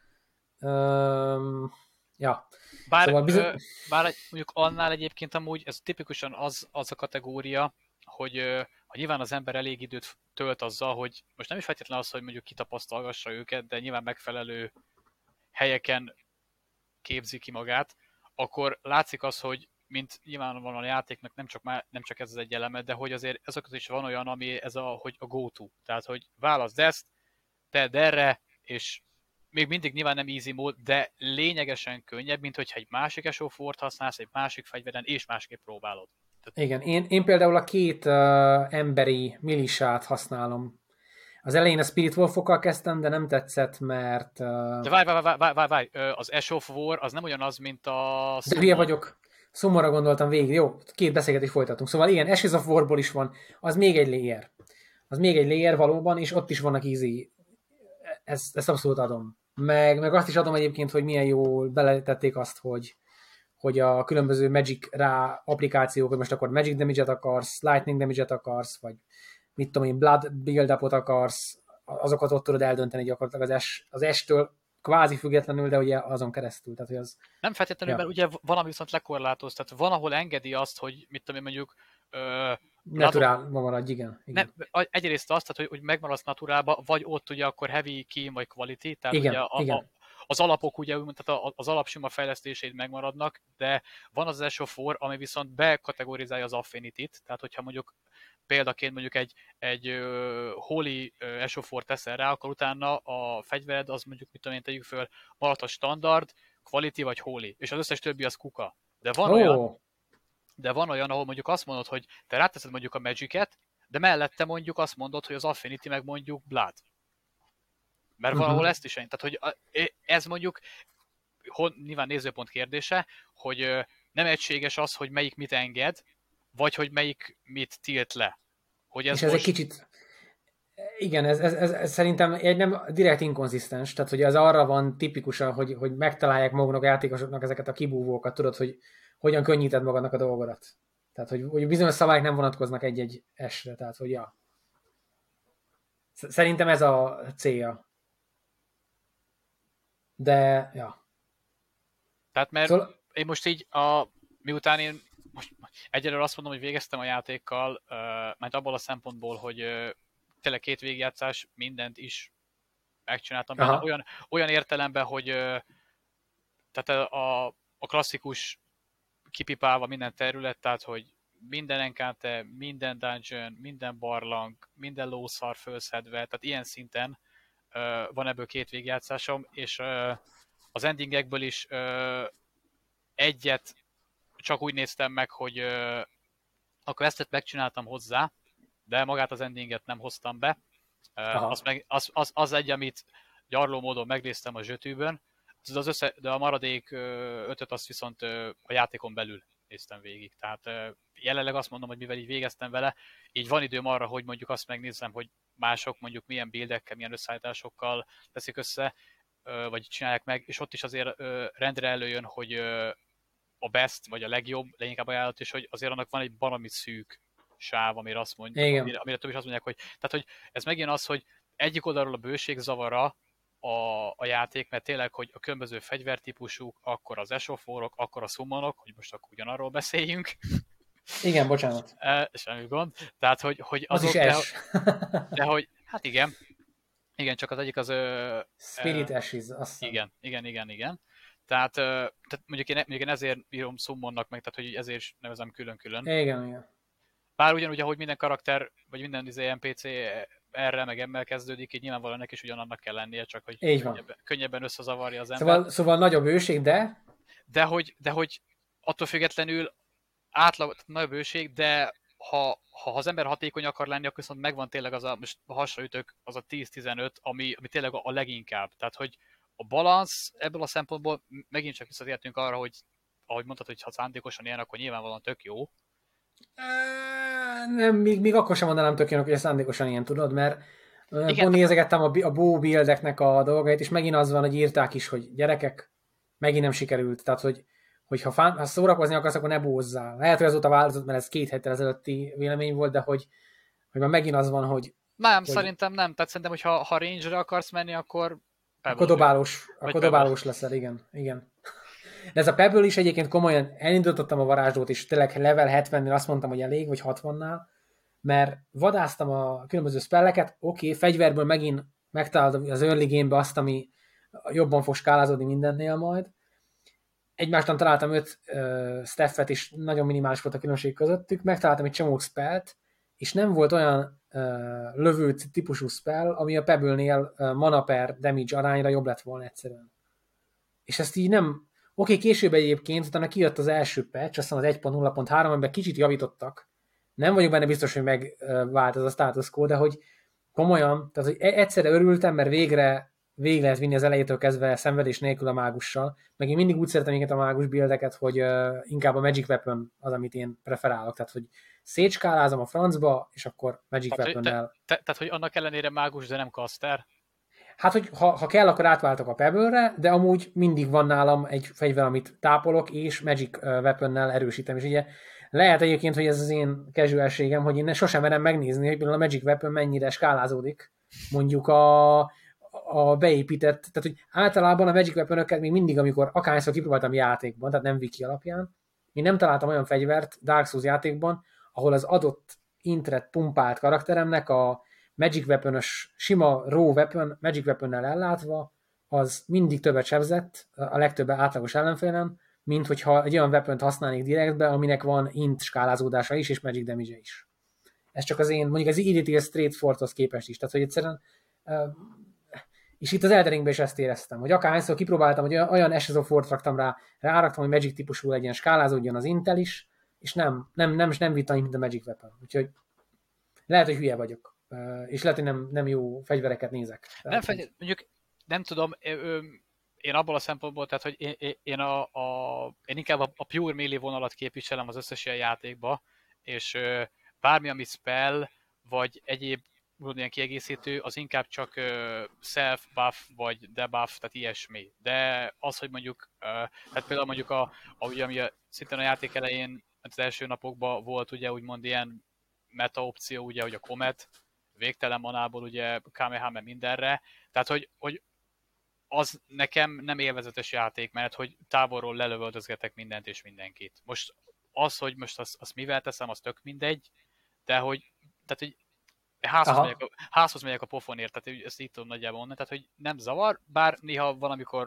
ja.
Bár,
Szóval
bár mondjuk annál egyébként amúgy ez tipikusan az a kategória, hogy ha nyilván az ember elég időt tölt azzal, hogy most nem is feltétlenül az, hogy mondjuk kitapasztalgassa őket, de nyilván megfelelő helyeken képzi ki magát, akkor látszik az, hogy mint nyilvánvalóan a játéknak nem csak ez az egy eleme, de hogy azért ezek is van olyan, ami ez hogy a go-to. Tehát, hogy válaszd ezt, tedd erre, és még mindig nyilván nem easy mód, de lényegesen könnyebb, mint hogyha egy másik SO4-t használsz, egy másik fegyveren, és másképp próbálod.
Tehát... Igen, én például a két emberi milisát használom. Az elején a Spirit Wolf-okkal kezdtem, de nem tetszett, mert...
De várj, az Ash of War az nem ugyanaz, mint a...
De hülye vagyok. Summon-ra gondoltam végig. Jó, két beszélgetést folytatunk. Szóval igen, Ashes of Warból is van. Az még egy layer. Az még egy layer valóban, és ott is vannak easy. Ezt abszolút adom. Meg azt is adom egyébként, hogy milyen jól beletették azt, hogy a különböző Magic rá applikációk, hogy most akkor Magic Damage-et akarsz, Lightning Damage-et akarsz, vagy mit tudom én, Blood Build-upot akarsz, azokat ott tudod eldönteni gyakorlatilag az S-től kvázi függetlenül, de ugye azon keresztül. Tehát, hogy az...
Nem feltétlenül, mert ugye valami viszont lekorlátoz, tehát van, ahol engedi azt, hogy mit tudom én mondjuk...
Naturálban maradj, igen.
Nem, egyrészt azt, tehát, hogy megmaradsz naturálba, vagy ott ugye akkor heavy, key vagy quality, tehát
igen,
ugye
igen.
Az alapok ugye, tehát az alapsima fejlesztéseid megmaradnak, de van az SO4, ami viszont bekategorizálja az Affinity-t, tehát hogyha mondjuk példaként mondjuk egy Holy SO4 teszel rá, akkor utána a fegyvered az mondjuk, mit tudom én, tegyük föl, maradt a standard, quality vagy Holy, és az összes többi az kuka. De van olyan, ahol mondjuk azt mondod, hogy te ráteszed mondjuk a Magic-et, de mellette mondjuk azt mondod, hogy az Affinity meg mondjuk Blood. Mert valahol ezt is, tehát hogy ez mondjuk nyilván nézőpont kérdése, hogy nem egységes az, hogy melyik mit enged, vagy hogy melyik mit tilt le. Hogy ez
és ez most... egy kicsit... Igen, ez szerintem egy nem direkt inkonzisztens, tehát hogy az arra van tipikusan, hogy megtalálják maguknak a játékosoknak ezeket a kibúvókat, tudod, hogy hogyan könnyíted magadnak a dolgodat. Tehát, hogy bizonyos szabályok nem vonatkoznak egy-egy esre, tehát, hogy ja. Szerintem ez a célja. De, ja.
Tehát mert én most így, miután én most egyelőre azt mondom, hogy végeztem a játékkal, mert abból a szempontból, hogy tényleg 2 végigjátszás, mindent is megcsináltam benne. Olyan értelemben, hogy tehát a klasszikus kipipálva minden terület, tehát hogy minden encounter, minden dungeon, minden barlang, minden lószar fölszedve, tehát ilyen szinten van ebből 2 végigjátszásom, és az endingekből is egyet csak úgy néztem meg, hogy a questet megcsináltam hozzá, de magát az endinget nem hoztam be. Az egy, amit gyarló módon megnéztem a zsötűbön, de a maradék 5-öt azt viszont a játékon belül néztem végig. Tehát jelenleg azt mondom, hogy mivel így végeztem vele, így van időm arra, hogy mondjuk azt megnézzem, hogy mások mondjuk milyen buildekkel, milyen összeállításokkal teszik össze, vagy csinálják meg, és ott is azért rendre előjön, hogy a best, vagy a legjobb, leginkább ajánlott, és hogy azért annak van egy baromi szűk sáv, amire azt mondják, amire több is azt mondják, hogy, tehát, hogy ez megint az, hogy egyik oldalról a bőség zavara a játék, mert tényleg, hogy a különböző fegyvertípusuk, akkor az SO4-ok, akkor a summonok, hogy most akkor ugyanarról beszéljünk.
Igen, bocsánat.
Semmi gond. Tehát, hogy
az is S.
De hogy, hát igen. Igen, csak az egyik az...
Spirit Ashes, azt
hiszem. Igen. Tehát mondjuk én ezért írom summonnak meg, tehát hogy ezért is nevezem külön-külön.
Igen.
Bár ugyanúgy, ahogy minden karakter, vagy minden NPC erre meg emmel kezdődik, így nyilvánvalóan neki is ugyanannak kell lennie, csak hogy könnyebben összezavarja az ember.
Szóval nagyobb őség, de...
De hogy attól függetlenül nagyobb őség, de ha az ember hatékony akar lenni, akkor viszont megvan tényleg az most hasra ütök, az a 10-15, ami tényleg a leginkább. Tehát, hogy a balansz ebből a szempontból megint csak visszatértünk arra, hogy ahogy mondtad, hogy ha szándékosan ilyen, akkor nyilvánvalóan tök jó.
Nem, még akkor sem mondanám tök jónak, hogy szándékosan ilyen, tudod, mert pont nézegettem a bow buildeknek a dolgait, és megint az van, hogy írták is, hogy gyerekek, megint nem sikerült. Tehát, hogy ha szórakozni akarsz, akkor ne bózzál. Lehet, hogy azóta változott, mert ez 2 héttel ezelőtti vélemény volt, de hogy már megint az van, hogy
Nem, szerintem nem. Tehát szerintem, hogy ha range-re akarsz menni, akkor
akkor
Pebble.
dobálós leszel, igen. De ez a Pebble is egyébként komolyan elindítottam a varázslót, és tényleg level 70-nél azt mondtam, hogy elég, vagy 60-nál, mert vadáztam a különböző spelleket, oké, fegyverből megint megtaláltam az early game-be azt, ami jobban fog skálázódni mindennél majd. Egymástan találtam 5 staffet, és nagyon minimális volt a különbség közöttük, megtaláltam egy csomó spellt, és nem volt olyan lövő típusú spell, ami a Pebble-nél mana per damage arányra jobb lett volna egyszerűen. És ezt így nem... Oké, később egyébként, utána kijött az első patch, azt hiszem az 1.0.3, amiben kicsit javítottak. Nem vagyok benne biztos, hogy megvált ez a status quo, de hogy komolyan, tehát hogy egyszerre örültem, mert végre lehet vinni az elejétől kezdve szenvedés nélkül a mágussal. Meg én mindig úgy szeretem a mágus buildeket, hogy inkább a Magic Weapon az, amit én preferálok. Tehát, hogy szétskálázom a francba, és akkor Magic Weaponnel.
Tehát, hogy annak ellenére mágus, de nem caster?
Hát, hogy ha kell, akkor átváltok a Pebble-re, de amúgy mindig van nálam egy fegyver, amit tápolok, és Magic Weaponnel erősítem. És ugye lehet egyébként, hogy ez az én casualségem, hogy én sosem merem megnézni, hogy például a Magic Weapon mennyire skálázódik mondjuk a beépített, tehát hogy általában a Magic Weapon-öket még mindig, amikor akárhányszor kipróbáltam játékban, tehát nem wiki alapján, én nem találtam olyan fegyvert Dark Souls játékban, ahol az adott intret pumpált karakteremnek a Magic Weapon-ös sima raw weapon, Magic Weapon-nel ellátva, az mindig többet sebzett a legtöbb átlagos ellenfélen, mint hogyha egy olyan weapont használnék direktbe, aminek van int skálázódása is, és Magic damage is. Ez csak az én, mondjuk az EDT Straight Force-hoz képest is. Tehát, hogy egyszerűen és itt az Elden Ringben is ezt éreztem, hogy akárhányszor kipróbáltam, hogy olyan Ashes of War raktam ráraktam, hogy Magic típusú legyen, skálázódjon az Intel is, és nem vitt annyit, mint a Magic Weapon. Úgyhogy lehet, hogy hülye vagyok. És lehet, hogy nem jó fegyvereket nézek. Tehát,
mondjuk nem tudom, én abból a szempontból, tehát, hogy én inkább a pure melee vonalat képviselem az összes ilyen játékba, és bármi, ami spell, vagy egyéb ilyen kiegészítő, az inkább csak self-buff, vagy debuff, tehát ilyesmi. De az, hogy mondjuk, tehát például mondjuk ami szintén a játék elején, az első napokban volt ugye úgymond ilyen meta opció, ugye, hogy a Comet, végtelen manából ugye Kamehameha mindenre, tehát hogy az nekem nem élvezetes játék, mert hogy távolról lelövöldözgetek mindent és mindenkit. Most az, hogy most azt mivel teszem, az tök mindegy, de hogy, tehát, hogy házhoz megyek a pofonért, tehát ezt így tudom nagyjából mondani, tehát hogy nem zavar, bár néha valamikor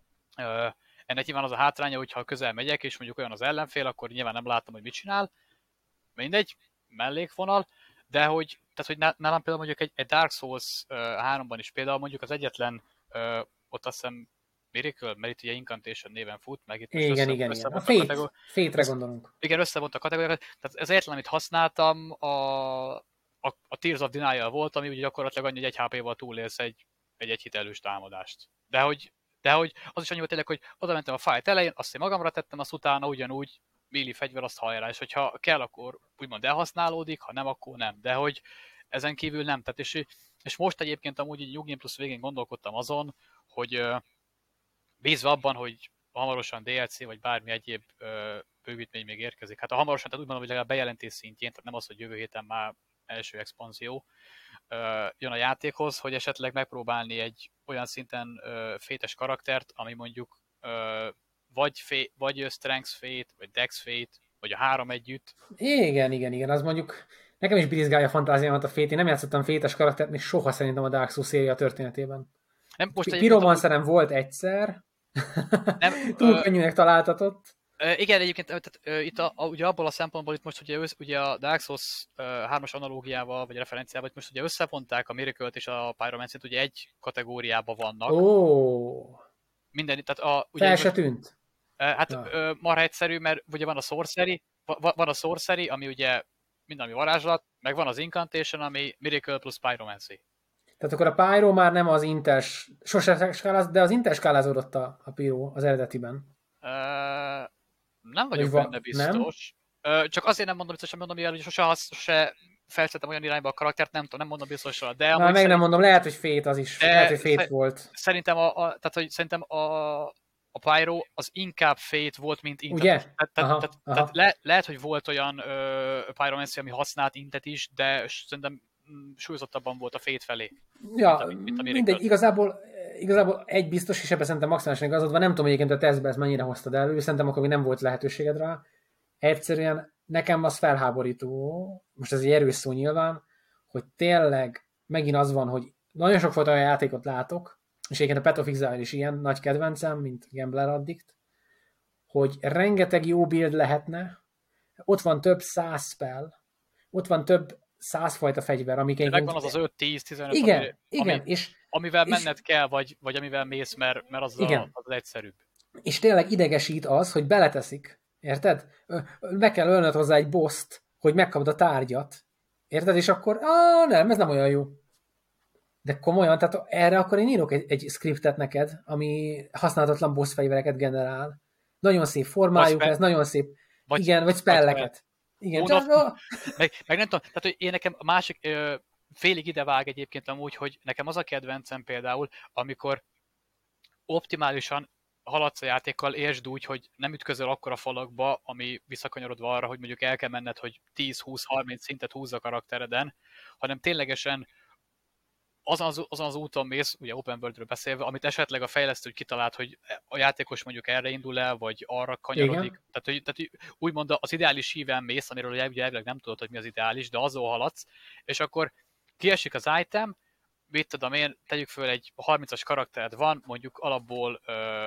ennek nyilván az a hátránya, hogyha közel megyek, és mondjuk olyan az ellenfél, akkor nyilván nem látom, hogy mit csinál, mindegy, mellékvonal, de hogy, tehát, hogy nálam például mondjuk egy Dark Souls 3-ban is például mondjuk az egyetlen, ott azt hiszem Miracle, mert itt ugye Incantation néven fut, meg itt most
igen. A Fate-re gondolunk.
Igen, összevont a kategóriákat, tehát ez egyetlen, amit használtam, a Tears of Denial volt, ami ugye gyakorlatilag annyi, hogy egy HP-val túlélsz egy hitelős támadást. De hogy az is annyi volt tényleg, hogy oda mentem a fight elején, azt én magamra tettem, azt utána ugyanúgy melee fegyver azt hajrá, és hogyha kell, akkor úgymond elhasználódik, ha nem, akkor nem. De hogy ezen kívül nem. Tehát és most egyébként amúgy így New Game Plus végén gondolkodtam azon, hogy bízva abban, hogy hamarosan DLC, vagy bármi egyéb bővítmény még érkezik. Hát a hamarosan, tehát úgy mondom, hogy legalább bejelentés szintjén, tehát nem az, hogy jövő héten már első expanzió jön a játékhoz, hogy esetleg megpróbálni egy olyan szinten fétes karaktert, ami mondjuk vagy Strength Fate, vagy Dex Fate, vagy a 3 együtt.
Igen, az mondjuk nekem is brizgálja a fantáziámat a Fate. Én nem játszottam fétes karaktert még soha szerintem a Dark Souls széria történetében. Piromancerem volt egyszer, túl könnyűnek találtatott.
Igen, egyébként tehát, itt ugye abból a szempontból itt most ugye a Dark Souls 3-as analógiával, vagy referenciával, itt most ugye összevonták a Miracle-t és a Pyromancer-t, ugye egy kategóriában vannak. Minden, tehát
fel se tűnt.
Hát marha egyszerű, mert ugye van a Sorcery, ami ugye minden, ami varázslat, meg van az Incantation, ami Miracle plusz Pyromancy.
Tehát akkor a Pyro már nem az Intes, sose skáláz, de az Intes skálázódott a Pyro az eredetiben.
Nem vagyok benne biztos. Nem? Csak azért nem mondom biztosan, hogy sose felszedtem olyan irányba a karaktert, nem mondom biztosra. De
nem mondom, lehet, hogy Fate az is. Lehet, hogy Fate volt.
Szerintem a Pyro az inkább Fate volt, mint Intet.
Ugye?
Tehát lehet, hogy volt olyan Pyromancy, ami használt Intet is, de szerintem súlyozottabban volt a Fate felé.
Ja,
mint a
mindegy, igazából egy biztos, és ebben szerintem maximálisan igazad van, nem tudom egyébként a tesztben ezt mennyire hoztad elő, szerintem akkor még nem volt lehetőséged rá. Egyszerűen nekem az felháborító, most ez egy erős szó nyilván, hogy tényleg megint az van, hogy nagyon sok olyan játékot látok, és egyébként a Path of Exile is ilyen nagy kedvencem, mint Gambler Addict, hogy rengeteg jó build lehetne, ott van több 100 spell, ott van több 100 fajta fegyver, amik
egyébként... Megvan az 5-10-15,
igen,
amivel menned kell, vagy amivel mész, mert az az egyszerűbb.
És tényleg idegesít az, hogy beleteszik, érted? Meg kell ölnöd hozzá egy boszt, hogy megkapd a tárgyat, érted? És akkor, nem, ez nem olyan jó. De komolyan, tehát erre akkor én írok egy scriptet neked, ami használhatatlan boss fegyvereket generál. Nagyon szép formájuk lesz, nagyon szép, vagy spelleket. Igen,
meg nem tudom, tehát hogy én nekem a másik félig idevág egyébként amúgy, hogy nekem az a kedvencem például, amikor optimálisan haladsz a játékkal, értsd úgy, hogy nem ütközöl akkora falakba, ami visszakanyarodva arra, hogy mondjuk el kell menned, hogy 10-20-30 szintet húzz a karaktereden, hanem ténylegesen azon az úton mész, ugye open worldről beszélve, amit esetleg a fejlesztő kitalált, hogy a játékos mondjuk erre indul el, vagy arra kanyarodik. Tehát úgymond az ideális híven mész, amiről ugye elvileg nem tudod, hogy mi az ideális, de azon haladsz, és akkor kiesik az item, mit tudom én, tegyük föl egy 30-as karaktered van, mondjuk alapból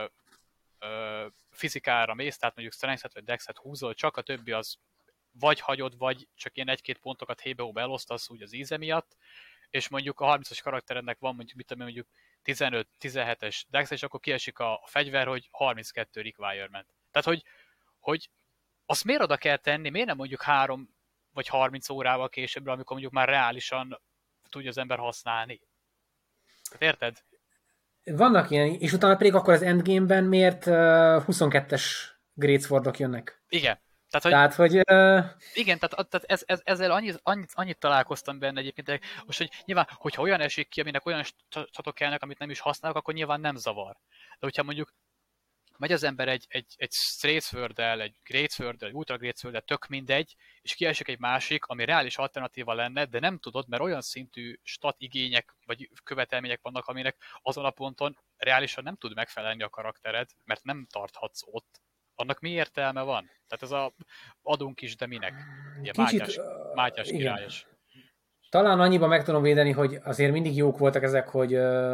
fizikára mész, tehát mondjuk strength-et vagy dex-et húzol, csak a többi az vagy hagyod, vagy csak ilyen 1-2 pontokat hébe-hóba elosztasz úgy az íze miatt, és mondjuk a 30-as karakterednek van mondjuk, mit tudom, mondjuk 15-17-es dex, és akkor kiesik a fegyver, hogy 32 requirement. Tehát, hogy azt miért oda kell tenni, miért nem mondjuk 3 vagy 30 órával későbbre, amikor mondjuk már reálisan tudja az ember használni. Érted?
Vannak ilyen, és utána pedig akkor az endgame-ben miért 22-es Greatswordok jönnek?
Igen. Igen, tehát ezzel annyit találkoztam benne egyébként. Most, hogy nyilván, hogyha olyan esik ki, aminek olyan statok kellnek, amit nem is használok, akkor nyilván nem zavar. De hogyha mondjuk megy az ember egy Straightsword-del, egy Greatsword-del, egy Ultra Greatsword-del, tök mindegy, és kiesik egy másik, ami reális alternatíva lenne, de nem tudod, mert olyan szintű stat igények vagy követelmények vannak, aminek azon a ponton reálisan nem tud megfelelni a karaktered, mert nem tarthatsz ott. Annak mi értelme van? Tehát ez a adunk is, de minek? Kicsit, Mátyás királyos.
Talán annyiban meg tudom védeni, hogy azért mindig jók voltak ezek, hogy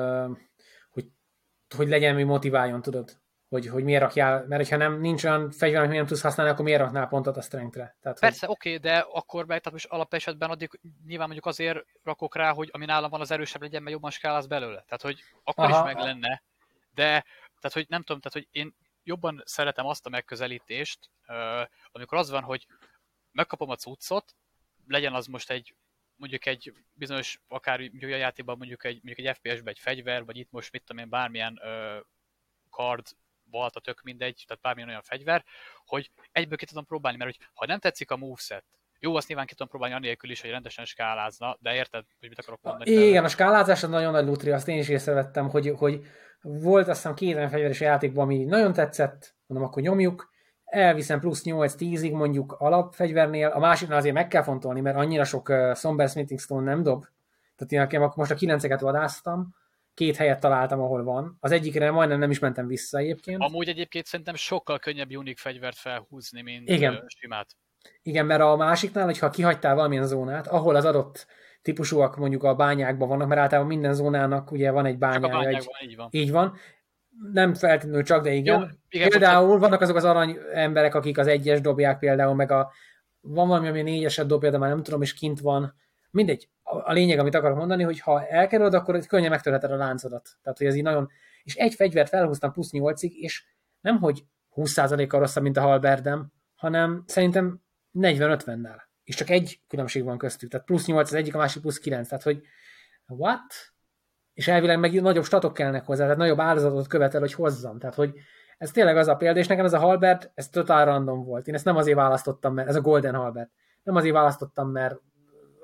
legyen, mi motiváljon, tudod? Hogy miért rakjál, mert ha nincs olyan fegyver, amit nem tudsz használni, akkor miért raknál pontot a strength-re? Tehát,
persze, oké, de akkor tehát most alapesetben addig nyilván mondjuk azért rakok rá, hogy ami nálam van az erősebb legyen, mert jobban skálálsz belőle. Tehát, hogy akkor is meg lenne, de tehát, hogy nem tudom, tehát, hogy én jobban szeretem azt a megközelítést, amikor az van, hogy megkapom a cuccot, legyen az most mondjuk egy bizonyos, akár olyan játékban mondjuk egy FPS-ben egy fegyver, vagy itt most mit tudom én, bármilyen kard, balta, tök mindegy, tehát bármilyen olyan fegyver, hogy egyből ki tudom próbálni, mert hogy ha nem tetszik a moveset, jó, azt nyilván ki tudom próbálni anélkül is, hogy rendesen skálázna, de érted, hogy mit akarok mondani?
Igen, a skálázás az nagyon nagy lutri, azt én is észrevettem, hogy volt azt hiszem 2 olyan fegyveres játékban, ami nagyon tetszett, mondom, akkor nyomjuk, elviszem plusz 8-10-ig mondjuk alapfegyvernél, a másiknál azért meg kell fontolni, mert annyira sok Somber Smithing Stone nem dob, tehát én most a 9-eket vadáztam, 2 helyet találtam, ahol van. Az egyikre majdnem nem is mentem vissza egyébként.
Amúgy egyébként szerintem sokkal könnyebb unik fegyvert felhúzni, mint simát.
Igen, mert a másiknál, hogyha kihagytál valamilyen zónát, ahol az adott típusúak mondjuk a bányákban vannak, mert általában minden zónának ugye van egy bányája. Így van. Nem feltétlenül csak, de igen. Jó, igen, például vannak azok az arany emberek, akik az 1-es dobják például, meg van valami, ami a 4-eset dobja, de már nem tudom, és kint van. Mindegy. A lényeg, amit akarok mondani, hogy ha elkerülöd, akkor könnyen megtörheted a láncodat. Tehát, hogy ez így nagyon... És egy fegyvert felhúztam plusz 8-ig, és nem, hogy 20%-kal rosszabb, mint a halberdem, hanem szerintem 40-50-nel. És csak egy különbség van köztük. Tehát plusz 8 az egyik, a másik plusz 9. Tehát, hogy what? És elvileg meg nagyobb statok kellnek hozzá, tehát nagyobb áldozatot követel, hogy hozzam. Tehát, hogy ez tényleg az a példa, és nekem ez a halberd, ez totál random volt. Én ezt nem azért választottam, mert ez a Golden Halberd. Nem azért választottam, mert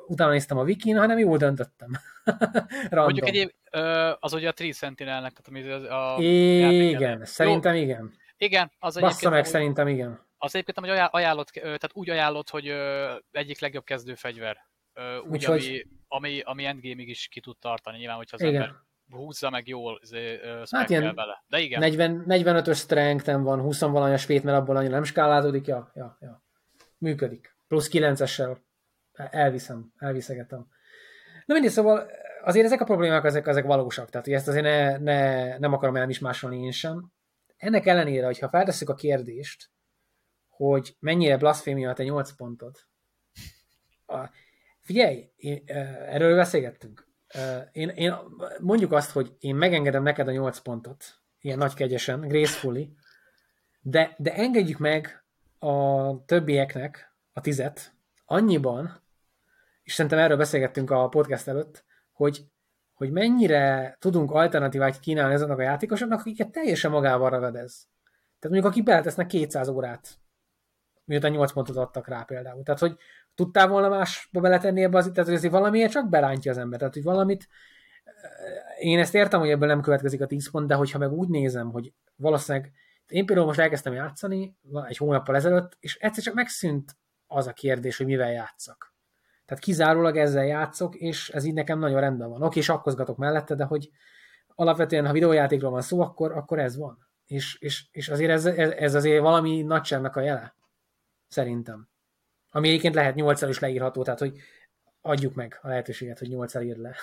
utána néztem a wikin, hanem jól döntöttem.
Mondjuk
Random.
az ugye a Tree Sentinelnek, tehát ami a játékelő.
Igen, szerintem igen.
Igen, az
Bassza
egyébként
meg, szerintem igen.
az egyébként hogy ajánlott, tehát úgy ajánlott, hogy egyik legjobb kezdőfegyver. Úgy,
Úgyhogy,
ami endgame-ig is ki tud tartani, nyilván, hogyha az
igen.
ember húzza meg jól
Hát
spekkel
ilyen
vele. De igen.
45-ös strength van, 20-valanyas fét, mert abból annyira nem skálázódik. Ja. Működik. Plusz 9-essel elviszegetem. Na mindig, szóval azért ezek a problémák, ezek valósak. Tehát ezt azért nem akarom elmismásolni én sem. Ennek ellenére, hogyha feltesszük a kérdést, hogy mennyire blasfémia te 8 pontod. Figyelj, erről beszélgettünk. Én mondjuk azt, hogy én megengedem neked a 8 pontot, ilyen nagy kegyesen, gracefully, de engedjük meg a többieknek a 10-et annyiban, és szerintem erről beszélgettünk a podcast előtt, hogy mennyire tudunk alternatívát kínálni azoknak a játékosoknak, akiket teljesen magával ragadez. Tehát mondjuk, akik beletesznek 200 órát, miután 8 pontot adtak rá például. Tehát, hogy tudtál volna másba beletenni ebbe az, tehát, hogy azért valamiért csak berántja az ember. Tehát, hogy valamit, én ezt értem, hogy ebből nem következik a 10 pont, de hogyha meg úgy nézem, hogy valószínűleg, én például most elkezdtem játszani egy hónappal ezelőtt, és egyszer csak megszűnt az a kérdés, hogy mivel játszak. Tehát kizárólag ezzel játszok, és ez így nekem nagyon rendben van. Oké, sakkozgatok mellette, de hogy alapvetően, ha videójátékról van szó, akkor ez van. És azért ez azért valami nagyságnak a jele. Szerintem. Ami egyébként lehet 8-al is leírható, tehát hogy adjuk meg a lehetőséget, hogy 8-al írd le.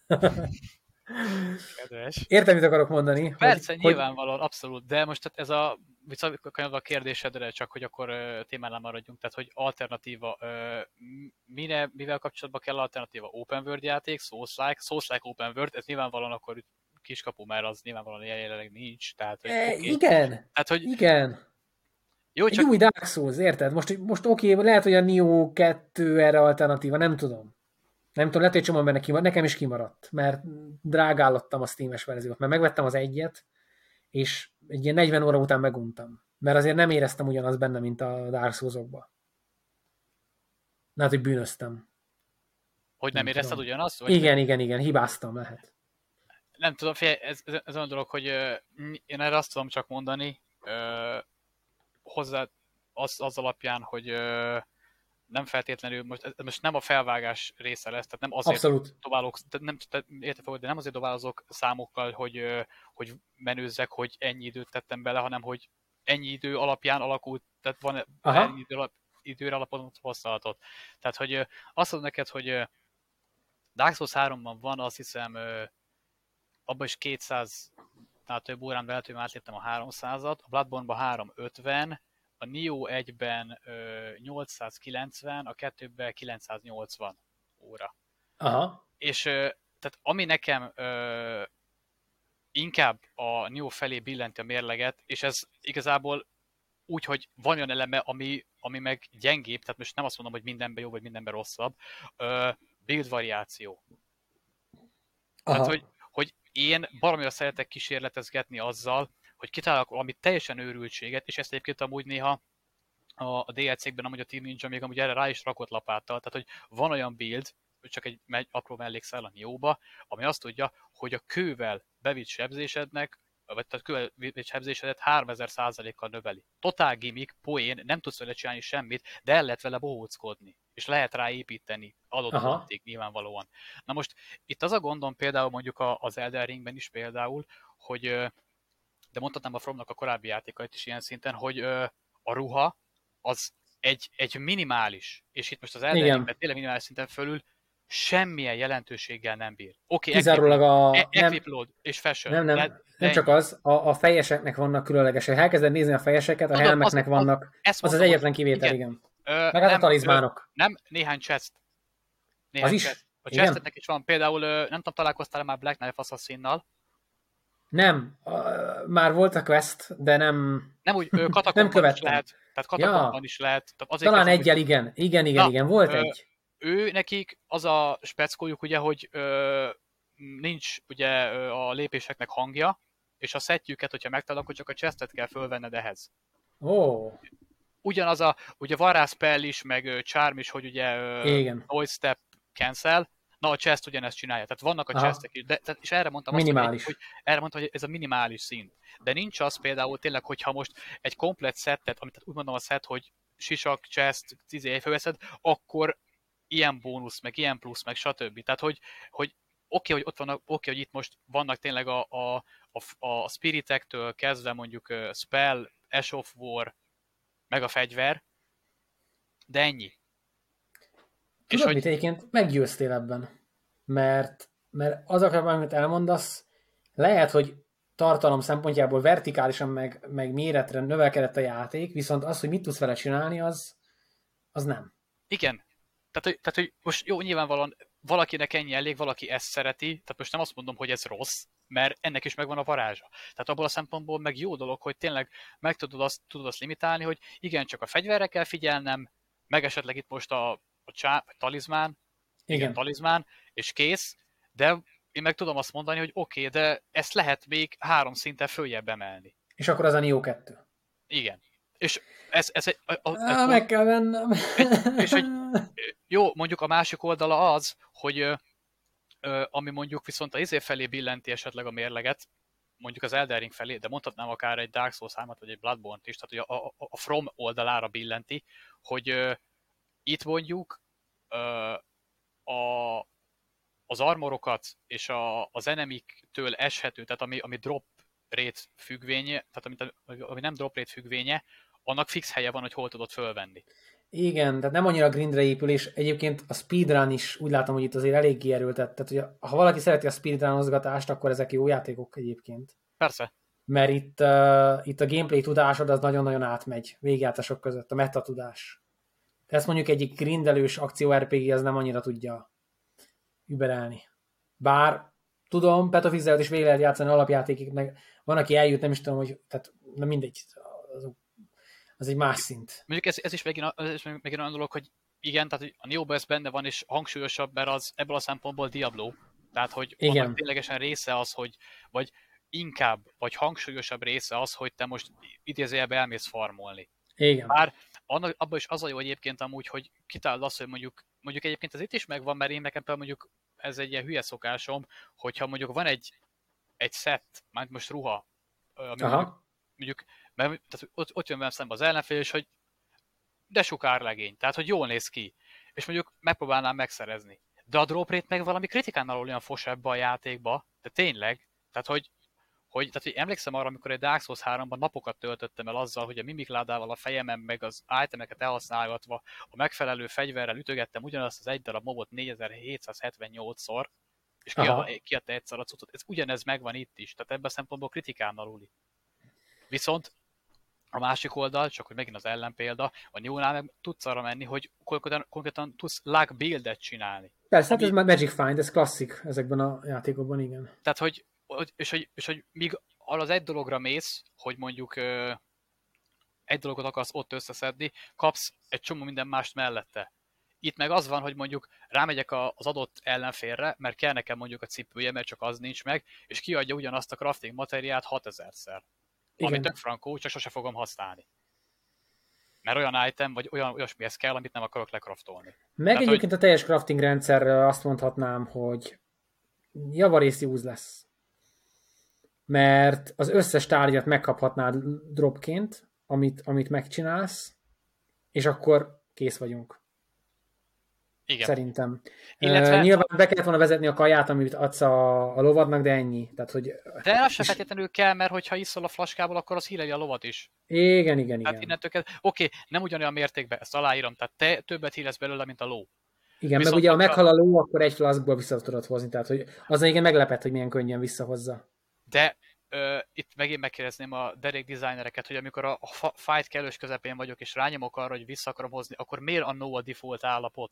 Kedves.
Értem, mit akarok mondani.
Persze, nyilvánvalóan, abszolút, de most tehát ez a visszakanyodva a kérdésedre, csak hogy akkor témánál maradjunk, tehát hogy alternatíva, mivel kapcsolatban kell alternatíva? Open World játék, Souls-like Open World, ez nyilvánvalóan akkor kiskapu, mert az nyilvánvalóan jelenleg nincs. Tehát, hogy, okay.
Igen,
tehát, hogy,
igen.
Jó,
csak... Egy új Dark Souls, érted? Most oké, lehet, hogy a Nioh 2 erre alternatíva, nem tudom. Nem tudom, lehet, hogy csomóan benne kimaradt, nekem is kimaradt, mert drágállattam a Steam-es verziót, mert megvettem az egyet, és egy ilyen 40 óra után meguntam. Mert azért nem éreztem ugyanazt benne, mint a Dark Souls-okban. Lehet, hogy bűnöztem.
Hogy nem érezted ugyanazt?
Vagy igen, hibáztam, lehet.
Nem tudom, figyelj, ez olyan dolog, hogy én erre azt tudom csak mondani, hozzá az alapján, hogy nem feltétlenül, most nem a felvágás része lesz, tehát nem azért dobálok, de nem azért dobálozok számokkal, hogy menőzzek, hogy ennyi időt tettem bele, hanem hogy ennyi idő alapján alakult, tehát van ennyi időre alapot hozzáadott. Tehát, hogy azt mondom neked, hogy Dark Souls 3-ban van, azt hiszem, abban is 200-nál több órán belül, hogy átléptem a 300-at, a Bloodborne-ban 350, a Nioh 1-ben 890, a 2-ben 980 óra.
Aha.
És tehát ami nekem inkább a Nioh felé billenti a mérleget, és ez igazából úgy, hogy van olyan eleme, ami meg gyengébb, tehát most nem azt mondom, hogy mindenben jó, vagy mindenben rosszabb, build variáció. Aha. Tehát, hogy én baromira szeretek kísérletezgetni azzal, hogy kitálok valami teljesen őrültséget, és ezt egyébként amúgy néha a DLC-kben, amúgy a Team Ninja még amúgy erre rá is rakott lapáttal, tehát hogy van olyan build, csak egy apró mellékszál a Nioh-ba, ami azt tudja, hogy a kővel bevitt sebzésednek, vagy tehát kővel bevitt sebzésedet 3000%-kal növeli. Totál gimmick, poén, nem tudsz vele csinálni semmit, de el lehet vele bohóckodni, és lehet rá építeni adott pontig nyilvánvalóan. Na most itt az a gondom például mondjuk az Elden Ringben is például, hogy de mondhatnám a Fromnak a korábbi játékait is ilyen szinten, hogy a ruha az egy minimális, és itt most az Elden Ringben tényleg minimális szinten fölül semmilyen jelentőséggel nem bír. Oké,
kizárólag
equip load és fashion.
Nem csak az, a fejeseknek vannak különlegesek. Ha elkezded nézni a fejeseket, a helmeknek vannak, az egyetlen kivétel, igen. Meg az a talizmánok.
Nem, néhány chest.
Az is?
A chestetnek is van. Például, nem tudom, találkoztál már Black Knife Assassinnal?
Nem. Már volt a quest, de nem...
Nem úgy, katakombban is lehet. Tehát katakombban is lehet.
Talán egyel, igen. Igen. Volt egy.
Ő nekik az a speckójuk, ugye, hogy nincs ugye a lépéseknek hangja, és a szettjüket, hogyha megtalálod, akkor csak a chestet kell fölvenned ehhez. Ugyanaz ugye varázspell is, meg charm is, hogy ugye noise step cancel, na a chest ugyanezt csinálja. Tehát vannak a chestek is, és erre mondtam azt, hogy ez a minimális szint. De nincs az például tényleg, hogyha most egy komplet szettet, amit úgy mondom a szett, hogy sisak, chest, fölveszed, akkor ilyen bónusz, meg ilyen plusz, meg stb. Tehát, hogy hogy ott vannak, hogy itt most vannak tényleg a spiritektől kezdve mondjuk spell, Ash of War, meg a fegyver, de ennyi.
Tudod, mit egyébként meggyőztél ebben? Mert azokra, amit elmondasz, lehet, hogy tartalom szempontjából vertikálisan meg méretre növelkedett a játék, viszont az, hogy mit tudsz vele csinálni, az nem.
Igen. Tehát, hogy most jó, nyilvánvalóan valakinek ennyi elég, valaki ezt szereti, tehát most nem azt mondom, hogy ez rossz, mert ennek is megvan a varázsa. Tehát abból a szempontból meg jó dolog, hogy tényleg meg tudod azt limitálni, hogy igen, csak a fegyverre kell figyelnem, meg esetleg itt most a talizmán, igen, talizmán, és kész, de én meg tudom azt mondani, hogy oké, de ezt lehet még 3 szinten följebb emelni.
És akkor az a Nioh 2.
Igen. És ez
meg kell vennem.
És hogy jó, mondjuk a másik oldala az, hogy ami mondjuk viszont a izé felé billenti esetleg a mérleget, mondjuk az Elden Ring felé, de mondhatnám akár egy Dark Souls 3-at, vagy egy Bloodborne-t is, tehát hogy a From oldalára billenti, hogy itt mondjuk az armorokat és az enemiktől eshető, tehát ami drop rate függvénye, tehát ami nem drop rate függvénye, annak fix helye van, hogy hol tudod fölvenni.
Igen, tehát nem annyira grindre épül, és egyébként a speedrun is úgy látom, hogy itt azért eléggé erőltett. Tehát, hogy ha valaki szereti a speedrunozgatást, akkor ezek jó játékok egyébként.
Persze.
Mert itt a gameplay tudásod az nagyon-nagyon átmegy végigjátások között, a meta tudás. Ezt mondjuk egyik grindelős akció RPG az nem annyira tudja überelni. Bár tudom, Petofizelt is végig lehet játszani alapjátékig, meg van, aki eljut, nem is tudom, hogy tehát nem mindegy, az egy más szint.
Mondjuk ez is megint olyan dolog, hogy igen, tehát a Nioh-ban ez benne van, és hangsúlyosabb, mert az ebből a szempontból Diablo. Tehát, hogy annak ténylegesen része az, hogy vagy hangsúlyosabb része az, hogy te most idézőjelben elmész farmolni.
Igen.
Bár abban is az a jó egyébként amúgy, hogy kitálod azt, hogy mondjuk egyébként ez itt is megvan, mert én nekem például mondjuk ez egy ilyen hülye szokásom, hogyha mondjuk van egy szett, már most ruha, ami mondjuk mert ott jön velem szembe az ellenfél, és hogy de sukárlegény, tehát hogy jól néz ki, és mondjuk megpróbálnám megszerezni. De a drop rate meg valami kritikánál olyan fos ebbe a játékba, de tényleg, tehát hogy emlékszem arra, amikor egy Dark Souls 3-ban napokat töltöttem el azzal, hogy a mimikládával a fejemen meg az itemeket elhasználgatva a megfelelő fegyverrel ütögettem ugyanazt az egy darab mobot 4778-szor, és kiadta egyszer a cuccot. Ez ugyanez megvan itt is, tehát ebben a szempontból kritikán aluli. Viszont a másik oldal, csak hogy megint az ellenpélda, a Nioh-nál meg tudsz arra menni, hogy konkrétan tudsz lag buildet csinálni.
Persze, hát ez már Magic Find, ez klasszik ezekben a játékokban, igen.
Tehát, hogy míg az egy dologra mész, hogy mondjuk egy dologot akarsz ott összeszedni, kapsz egy csomó minden mást mellette. Itt meg az van, hogy mondjuk rámegyek az adott ellenfélre, mert kell nekem mondjuk a cipője, mert csak az nincs meg, és kiadja ugyanazt a crafting materiát 6000-szer. Ami tök frankó, csak sose fogom használni. Mert olyan item, vagy olyasmihez kell, amit nem akarok lekraftolni.
Meg tehát, egyébként a teljes crafting rendszerről azt mondhatnám, hogy javarészt use lesz. Mert az összes tárgyat megkaphatnád dropként, amit megcsinálsz, és akkor kész vagyunk.
Igen.
Szerintem. Nyilván be kellett volna vezetni a kaját, amit adsz a lovadnak, de ennyi. Tehát, hogy...
De az sem feltétlenül kell, mert hogyha iszol a flaskából, akkor az híleli a lovat is.
Igen.
Tehát innentől oké, nem ugyanolyan mértékben, ezt aláírom, tehát te többet hílesz belőle, mint a ló.
Igen, viszont meg ugye ha meghal a ló, akkor egy flaskból vissza tudod hozni, tehát hogy azon igen meglepett, hogy milyen könnyen visszahozza.
De itt megint megkérdezném a derék designereket, hogy amikor a fight kellős közepén vagyok, és rányomok arra, hogy vissza akarom hozni, akkor miért a no a default állapot?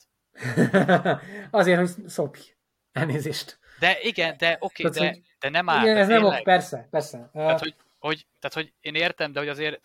Azért, hogy szopj. Elnézést.
De igen, de oké, de nem áll.
Igen, ez nem ok, persze.
Tehát, hogy én értem, de hogy azért,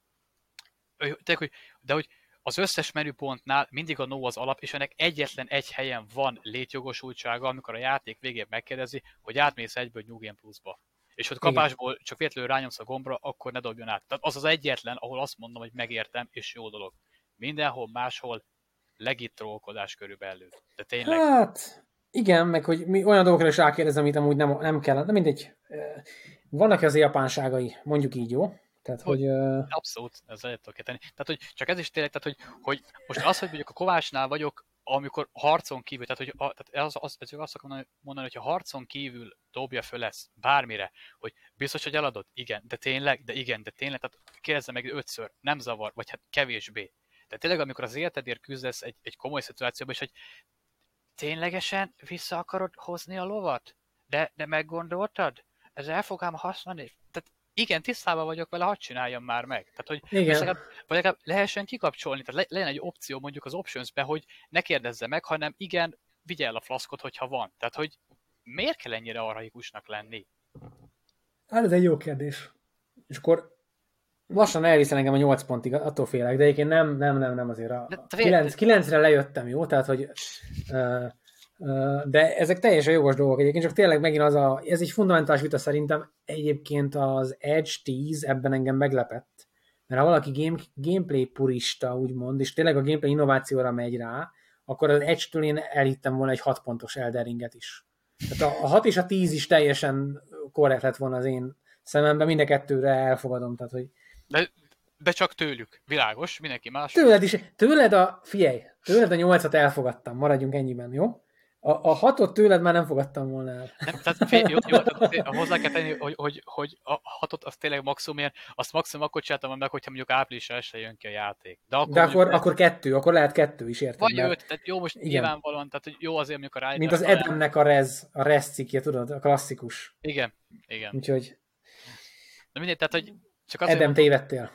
de hogy az összes menüpontnál mindig a no az alap, és ennek egyetlen egy helyen van létjogosultsága, amikor a játék végén megkérdezi, hogy átmész egyből New Game Plus-ba. És hogy kapásból csak véletlenül rányomsz a gombra, akkor ne dobjon át. Tehát az az egyetlen, ahol azt mondom, hogy megértem, és jó dolog. Mindenhol máshol legit trollkodás körülbelül. De tényleg.
Hát, igen, meg hogy mi olyan dolgokra is rákérdezem, amit amúgy nem kell. De mindegy. Vannak az japánságai, mondjuk így, jó? Tehát, hogy...
Abszolút, ez egyet tudok tenni. Tehát, hogy csak ez is tényleg, tehát, hogy most az, hogy mondjuk a Kovácsnál vagyok, amikor harcon kívül, tehát, hogy tehát azt akarom mondani, hogy ha harcon kívül dobja föl ezt bármire, hogy biztos, hogy eladod? Igen, de tényleg, tehát kérdezze meg 5-ször, nem zavar, vagy hát kevésbé. De tényleg, amikor az életedért küzdesz egy komoly szituációban, és hogy ténylegesen vissza akarod hozni a lovat? De meggondoltad? Ez el fog ám használni? Tehát igen, tisztában vagyok vele, hadd csináljam már meg. Tehát, hogy legalább lehessen kikapcsolni, tehát legyen egy opció mondjuk az options-be, hogy ne kérdezze meg, hanem igen, vigye el a flaszkot, hogyha van. Tehát, hogy miért kell ennyire arhaikusnak lenni?
Hát ez egy jó kérdés. És akkor lassan elviszel engem a 8 pontig, attól félek, de egyébként nem azért a 9-re lejöttem, jó? Tehát, hogy de ezek teljesen jogos dolgok egyébként, csak tényleg megint ez egy fundamentális vita szerintem egyébként az Edge 10 ebben engem meglepett. Mert ha valaki gameplay purista, úgymond, és tényleg a gameplay innovációra megy rá, akkor az Edge-től én elhittem volna egy 6 pontos Elden Ringet is. Tehát a 6 és a 10 is teljesen korrekt lett volna az én szememben, mind a kettőre elfogadom. Tehát, hogy
de csak tőlük, világos, mindenki más.
Tőled a 8-at elfogadtam, maradjunk ennyiben, jó? A 6-ot tőled már nem fogadtam volna el.
Nem, tehát jó, tehát hozzá kell tenni, hogy a 6-ot az tényleg maximum ilyen, azt maximum akkor csináltam meg, hogyha mondjuk április 1-re jön ki a játék. De
akkor 2, akkor lehet 2 is, érted?
Vagy 5, tehát jó, most igen. Nyilvánvalóan, tehát hogy jó azért, amikor rájön.
Mint az Edemnek a rez cikkje, tudod, a klasszikus.
Igen.
Úgyhogy...
De mindegy, tehát hogy csak azért
Edem, tévedtél.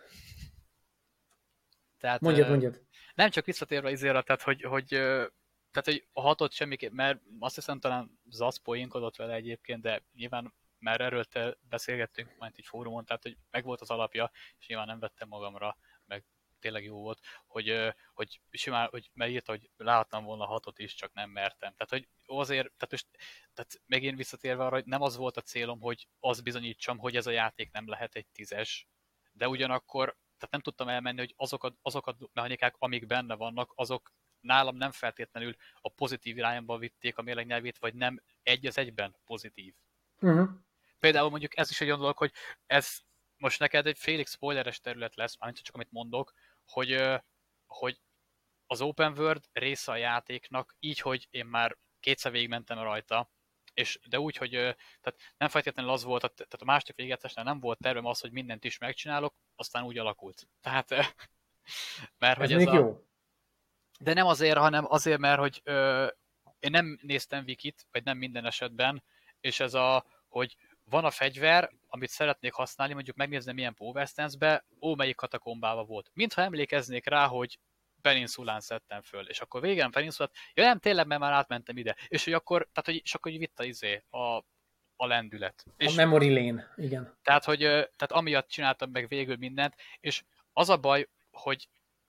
Tehát,
mondjad.
Nem csak visszatérve izére, tehát hogy a 6-ot semmiképp, mert azt hiszem talán Zasz poénkodott vele egyébként, de nyilván már erről beszélgettünk majd egy fórumon, tehát hogy megvolt az alapja, és nyilván nem vettem magamra, meg tényleg jó volt, hogy simán, hogy megírta, hogy láttam volna a 6-ot is, csak nem mertem. Tehát, hogy azért, tehát megint visszatérve arra, hogy nem az volt a célom, hogy azt bizonyítsam, hogy ez a játék nem lehet egy 10-es, de ugyanakkor tehát nem tudtam elmenni, hogy azok a mechanikák, amik benne vannak, azok nálam nem feltétlenül a pozitív irányba vitték a mérleg nyelvét, vagy nem egy az egyben pozitív.
Uh-huh.
Például mondjuk ez is egy olyan dolog, hogy ez most neked egy félig spoileres terület lesz, mármint csak amit mondok, hogy az open world része a játéknak, így, hogy én már kétszer végigmentem rajta, de úgy, hogy tehát nem feltétlenül az volt, tehát a második végigjátszásnál nem volt tervem az, hogy mindent is megcsinálok, aztán úgy alakult. Tehát, mert hogy ez
jó.
De nem azért, hanem azért, mert hogy én nem néztem wikit, vagy nem minden esetben, és ez hogy van a fegyver, amit szeretnék használni, mondjuk megnézni milyen Power Stance-be, melyik katakombába volt. Mintha emlékeznék rá, hogy Peninsulán szedtem föl, és akkor végén Peninsulát, nem, tényleg, mert már átmentem ide. És hogy akkor, és akkor vitt a lendület.
A memory lane, igen.
Tehát amiatt csináltam meg végül mindent, és az a baj, hogy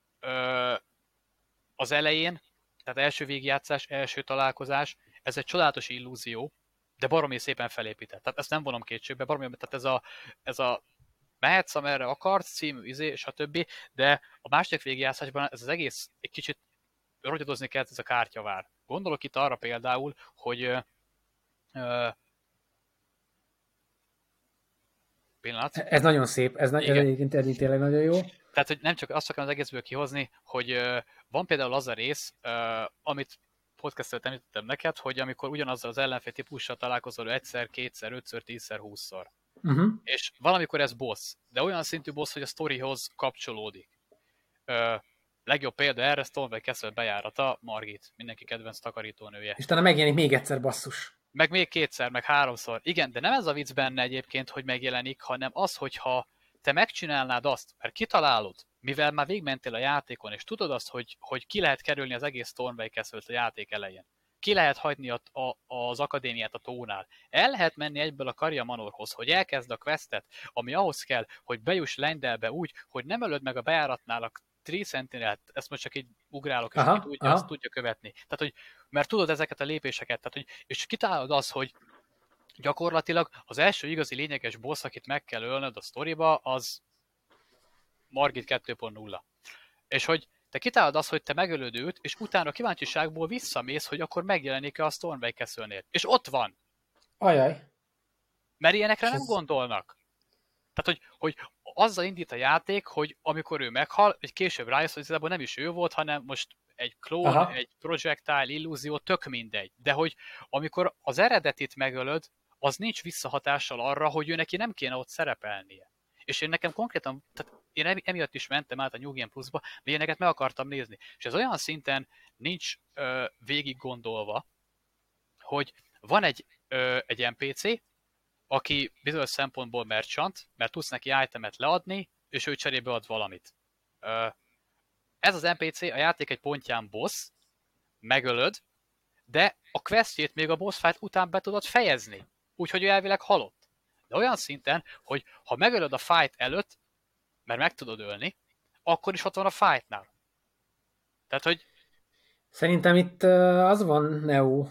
az elején, tehát első végigjátszás, első találkozás, ez egy csodálatos illúzió, de baromi szépen felépített. Tehát ezt nem vonom kétségbe, baromi, tehát ez a mehetsz, amerre akarsz, című, stb. De a második végigjátszásban ez az egész egy kicsit rogyadozni kellett ez a kártyavár. Gondolok itt arra például, hogy pillanat.
Ez nagyon szép, ez egyébként tényleg nagyon jó.
Tehát, hogy nem csak azt akarom az egészből kihozni, hogy van például az a rész, amit podcastot említettem neked, hogy amikor ugyanazzal az ellenfél típussal találkozol egyszer, kétszer, ötször, 10-szer, 20-szor.
Uh-huh.
És valamikor ez boss, de olyan szintű boss, hogy a sztorihoz kapcsolódik. Legjobb példa erre Stormway Castle bejárata, Margit, mindenki kedvenc takarítónője.
És talán megjelenik még egyszer, basszus.
Meg még 2-szer, meg 3-szor. Igen, de nem ez a vicc benne egyébként, hogy megjelenik, hanem az, hogyha te megcsinálnád azt, mert kitalálod, mivel már végigmentél a játékon, és tudod azt, hogy ki lehet kerülni az egész Stormway Castle-t a játék elején. Ki lehet hagyni az akadémiát a tónál. El lehet menni egyből a Caria Manorhoz, hogy elkezd a questet, ami ahhoz kell, hogy bejuss Lendelbe úgy, hogy nem ölöd meg a bejáratnál a Tree Sentinel-t, ezt most csak így ugrálok, és azt tudja követni. Tehát, hogy, mert tudod ezeket a lépéseket, tehát, hogy, és kitálod az, hogy gyakorlatilag az első igazi lényeges boss, akit meg kell ölnöd a sztoriba, az Margit 2.0. És hogy Te kitalálod azt, hogy te megölöd őt, és utána a kíváncsiságból visszamész, hogy akkor megjelenik-e a Stormway Castle-nél. És ott van.
Ajaj.
Mert ilyenekre
És
nem
ez...
gondolnak. Tehát, hogy azzal indít a játék, hogy amikor ő meghal, egy később rájössz, hogy igazából nem is ő volt, hanem most egy klón,
Aha.
egy projectile, illúzió, tök mindegy. De hogy amikor az eredetit megölöd, az nincs visszahatással arra, hogy ő neki nem kéne ott szerepelnie. És én nekem konkrétan, tehát én emiatt is mentem át a New Game Plus-ba, mert ilyeneket meg akartam nézni. És ez olyan szinten nincs végig gondolva, hogy van egy NPC, aki bizonyos szempontból merchant, mert tudsz neki itemet leadni, és ő cserébe ad valamit. Ez az NPC a játék egy pontján boss, megölöd, de a questjét még a boss fight után be tudod fejezni. Úgyhogy ő elvileg halott. De olyan szinten, hogy ha megölöd a fight előtt, mert meg tudod ölni, akkor is ott van a fightnál. Tehát, hogy...
Szerintem itt az van, Neo,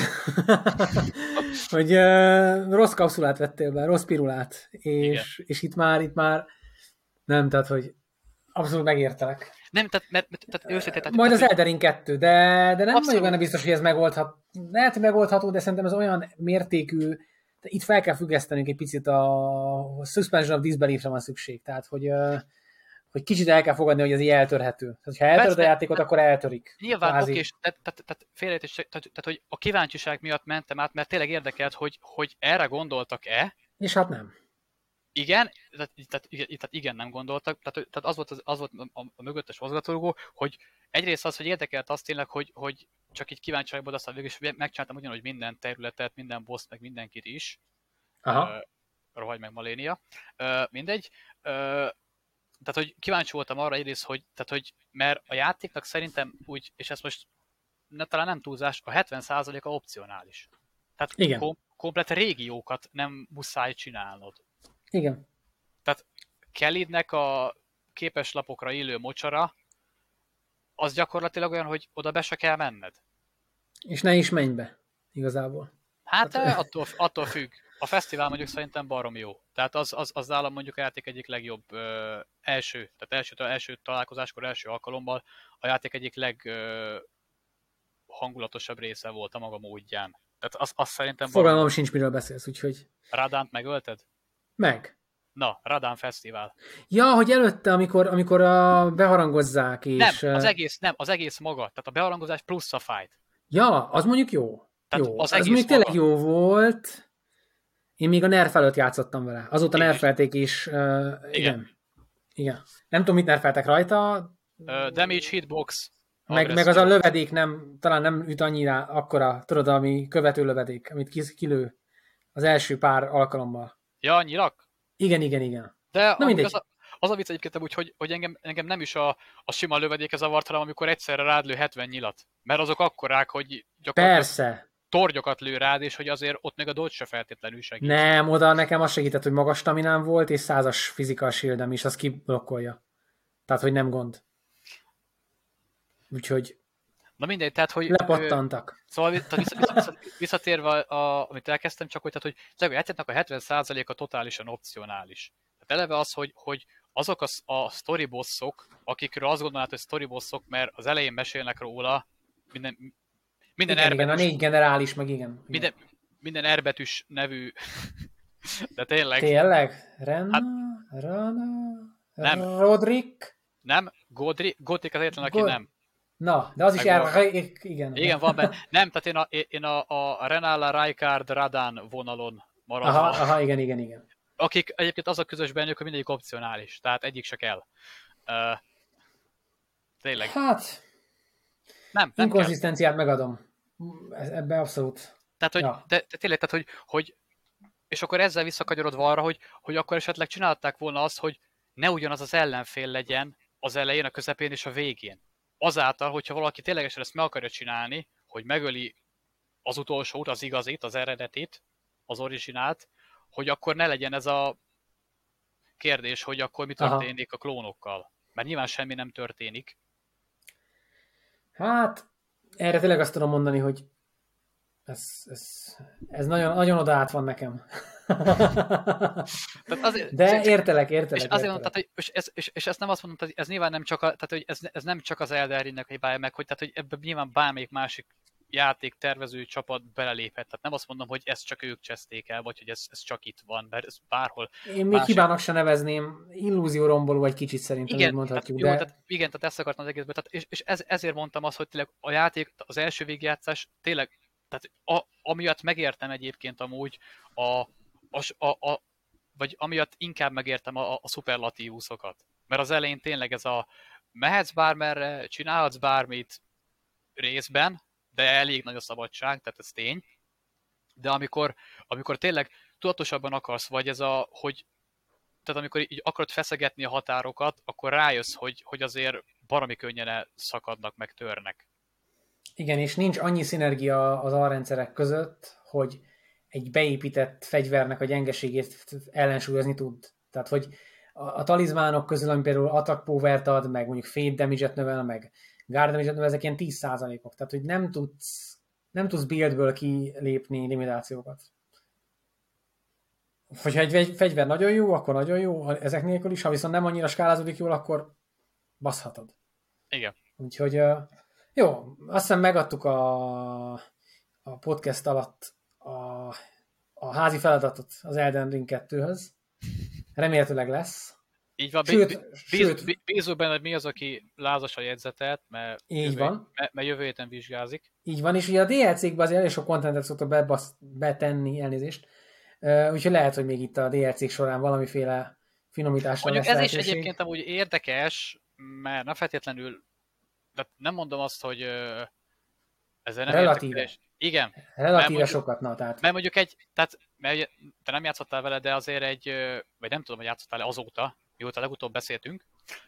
hogy rossz kapszulát vettél be, rossz pirulát, és itt már nem, tehát, hogy abszolút megértelek.
Nem, tehát őszintén...
Majd az Elden Ring 2, de nem
abszolút.
vagyok benne biztos, hogy ez megoldható. Lehet, hogy megoldható, de szerintem ez olyan mértékű, itt fel kell függesztenünk egy picit a suspension of disbelief-re van szükség, tehát, hogy kicsit el kell fogadni, hogy ez így eltörhető. Tehát, ha eltöröd a játékot, akkor eltörik.
Nyilván, oké, tehát félreértés, tehát, hogy a kíváncsiság miatt mentem át, mert tényleg érdekelt, hogy erre gondoltak-e.
És hát nem.
Igen, tehát igen, nem gondoltak. Tehát az volt a mögöttes mozgatórugó, hogy egyrészt az, hogy érdekelt az tényleg, hogy csak így kíváncsiságból aztán végül is megcsináltam ugyanúgy minden területet, minden boss, meg mindenkit is.
Aha.
Rohagy meg Malénia. Mindegy. Tehát, hogy kíváncsi voltam arra egyrészt, hogy mert a játéknak szerintem úgy, és ezt most talán nem túlzás, a 70%-a opcionális. Tehát
igen.
komplet régiókat nem muszáj csinálnod.
Igen.
Tehát Kelidnek a képeslapokra illő mocsara, az gyakorlatilag olyan, hogy oda be se kell menned.
És ne is menj be, igazából.
Hát attól függ. A fesztivál mondjuk szerintem barom jó. Tehát az nálam mondjuk a játék egyik legjobb első találkozáskor, első alkalommal a játék egyik leghangulatosabb része volt a maga módján. Tehát azt szerintem...
Fogalmam sincs, miről beszélsz, úgyhogy...
Radánt megölted?
Meg.
Na, Radán Fesztivál.
Ja, hogy előtte, amikor beharangozzák, és...
Nem, az egész maga. Tehát a beharangozás plusz a fight.
Ja, az mondjuk jó.
Tehát
jó.
az
mondjuk tényleg jó volt. Én még a nerf előtt játszottam vele. Azóta nerfelték is. Igen. Nem tudom, mit nerfeltek rajta.
Damage, hitbox.
Meg az a lövedék talán nem üt annyira akkora, tudod, ami követő lövedék, amit kilő az első pár alkalommal.
Ja, nyilak?
Igen.
De az a vicc egyébként úgy, hogy engem nem is a sima lövedéke zavart, hanem amikor egyszerre rád lő 70 nyilat. Mert azok akkorák, hogy gyakorlatilag
persze.
Tornyokat lő rád, és hogy azért ott még a dodge se feltétlenül segít.
Nem, oda nekem az segített, hogy magas staminám volt, és 100-as physical shieldem is, az kiblokkolja. Tehát, hogy nem gond. Úgyhogy
na mindegy, tehát, hogy...
lepattantak.
Szóval visszatérve, amit elkezdtem, csak hogy a játéknak a 70%-a totálisan opcionális. Tehát eleve az, hogy azok a story bossok, akikről azt gondolnád, hogy story bossok, mert az elején mesélnek róla, minden
igen, a 4 generális, meg igen.
Minden erbetűs nevű, de tényleg.
Tényleg? Rana?
Nem.
Rodrik?
Nem, Godrik az egyetlen, aki nem.
Na, de az is igen.
Igen, van benne. Nem, tehát én a Renala, Rijkaard, Radán vonalon maradva.
Aha, igen.
Akik egyébként az a közös bennük, hogy mindegyik opcionális, tehát egyik se kell. Tényleg.
Hát, nem inkonzisztenciát megadom. Ebbe abszolút.
Tehát, hogy, ja. de tényleg, tehát, hogy és akkor ezzel visszakanyarodva arra, hogy akkor esetleg csinálták volna azt, hogy ne ugyanaz az ellenfél legyen az elején, a közepén és a végén. Azáltal, hogyha valaki ténylegesen ezt meg akarja csinálni, hogy megöli az utolsót, az igazit, az eredetit, az originált, hogy akkor ne legyen ez a kérdés, hogy akkor mi történik a klónokkal. Mert nyilván semmi nem történik.
Hát, erre tényleg azt tudom mondani, hogy ez nagyon, nagyon oda át van nekem.
Tehát azért,
De értelek.
és azért mondtam, hogy és ezt nem azt mondom, hogy ez nyilván nem csak, tehát, hogy ez nem csak az Elden Ringnek hibája meg, hogy, tehát, hogy ebben nyilván bármelyik másik játék tervező csapat beleléphet. Tehát nem azt mondom, hogy ezt csak ők cseszték el, vagy hogy ez csak itt van, mert ez bárhol.
Én még hibának se nevezném, illúzióromboló egy kicsit szerintem,
Igen,
így mondhatjuk.
tehát, jó, tehát ezt akartam az egészben. Tehát, és ezért mondtam azt, hogy tényleg a játék, az első végigjátszás tényleg, tehát amiatt megértem egyébként amúgy vagy amiatt inkább megértem a szuperlatívuszokat. Mert az elején tényleg ez a mehetsz bármerre, csinálhatsz bármit részben, de elég nagy a szabadság, tehát ez tény. De amikor tényleg tudatosabban akarsz, vagy ez hogy tehát amikor így akarod feszegetni a határokat, akkor rájössz, hogy azért baromi könnyen szakadnak, meg törnek.
Igen, és nincs annyi szinergia az alrendszerek között, hogy egy beépített fegyvernek a gyengeségét ellensúlyozni tud. Tehát, hogy a talizmánok közül, ami például attack power-t ad, meg mondjuk fade damage-et növel, meg guard damage-et növel, ezek ilyen 10%-ok. Tehát, hogy nem tudsz buildből kilépni limitációkat. Hogyha egy fegyver nagyon jó, akkor nagyon jó, ezek nélkül is, ha viszont nem annyira skálázódik jól, akkor baszhatod.
Igen.
Úgyhogy jó, azt hiszem megadtuk a podcast alatt a házi feladatot az Elden Ring 2-höz. Remélhetőleg lesz.
Így van, bízunk benne, hogy mi az, aki lázas a jegyzetet, mert jövő héten vizsgázik.
Így van, és ugye a DLC-kben azért elég sok kontentet szoktak betenni, elnézést. Úgyhogy lehet, hogy még itt a DLC-k során valamiféle finomításra
mondjuk
lesz
ez
lehetőség.
is egyébként amúgy érdekes, mert nem feltétlenül, de nem mondom azt, hogy ezzel nem
relatíve.
Igen.
Relatíve sokat, na tehát.
Mert mondjuk mert te nem játszottál vele, de azért vagy nem tudom, hogy játszottál azóta, mióta legutóbb beszéltünk,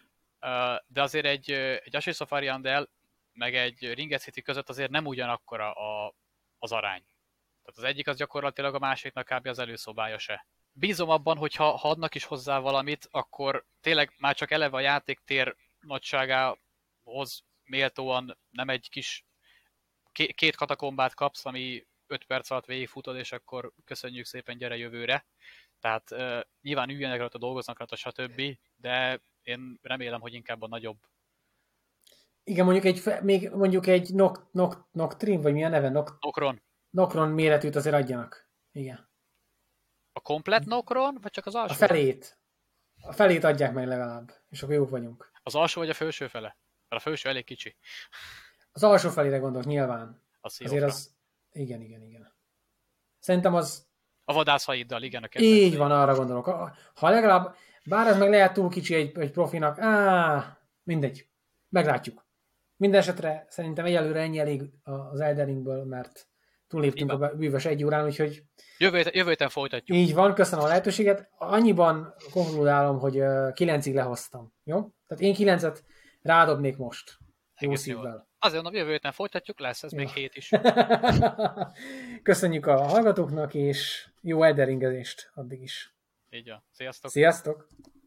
de azért egy Ashes of Ariandel meg egy Ringed City között azért nem ugyanakkora az arány. Tehát az egyik az gyakorlatilag a másiknak kb. Az előszobája se. Bízom abban, hogy ha adnak is hozzá valamit, akkor tényleg már csak eleve a játéktér nagyságához méltóan nem egy kis két katakombát kapsz, ami 5 perc alatt végigfutod, és akkor köszönjük szépen, gyere jövőre. Tehát nyilván üljenek rajta, dolgoznak rajta, stb., de én remélem, hogy inkább a nagyobb.
Igen, mondjuk egy Noctrin, vagy mi a neve? Nokron méretűt azért adjanak. Igen.
A komplet Nokron, vagy csak az alsó?
A felét. A felét adják meg legalább, és akkor jók vagyunk.
Az alsó vagy a felső fele? Mert a felső elég kicsi.
Az alsó felére gondolok, nyilván. Azért az... Igen. Szerintem az...
A vadászhaiddal, igen.
Így van, arra gondolok. Ha legalább, bár ez meg lehet túl kicsi egy profinak, mindegy. Meglátjuk. Mindenesetre szerintem egyelőre ennyi elég az Elden Ringből, mert túlléptünk a bűvös 1 órán, úgyhogy...
Jövő héten folytatjuk.
Így van, köszönöm a lehetőséget. Annyiban konkludálom, hogy 9-ig lehoztam. Jó? Tehát én 9-et rádobnék most. Jó szívvel.
Azért mondom, jövő héten folytatjuk, lesz ez még 7 is.
Köszönjük a hallgatóknak, és jó Elden Ringezést addig is.
Így van. Sziasztok!
Sziasztok!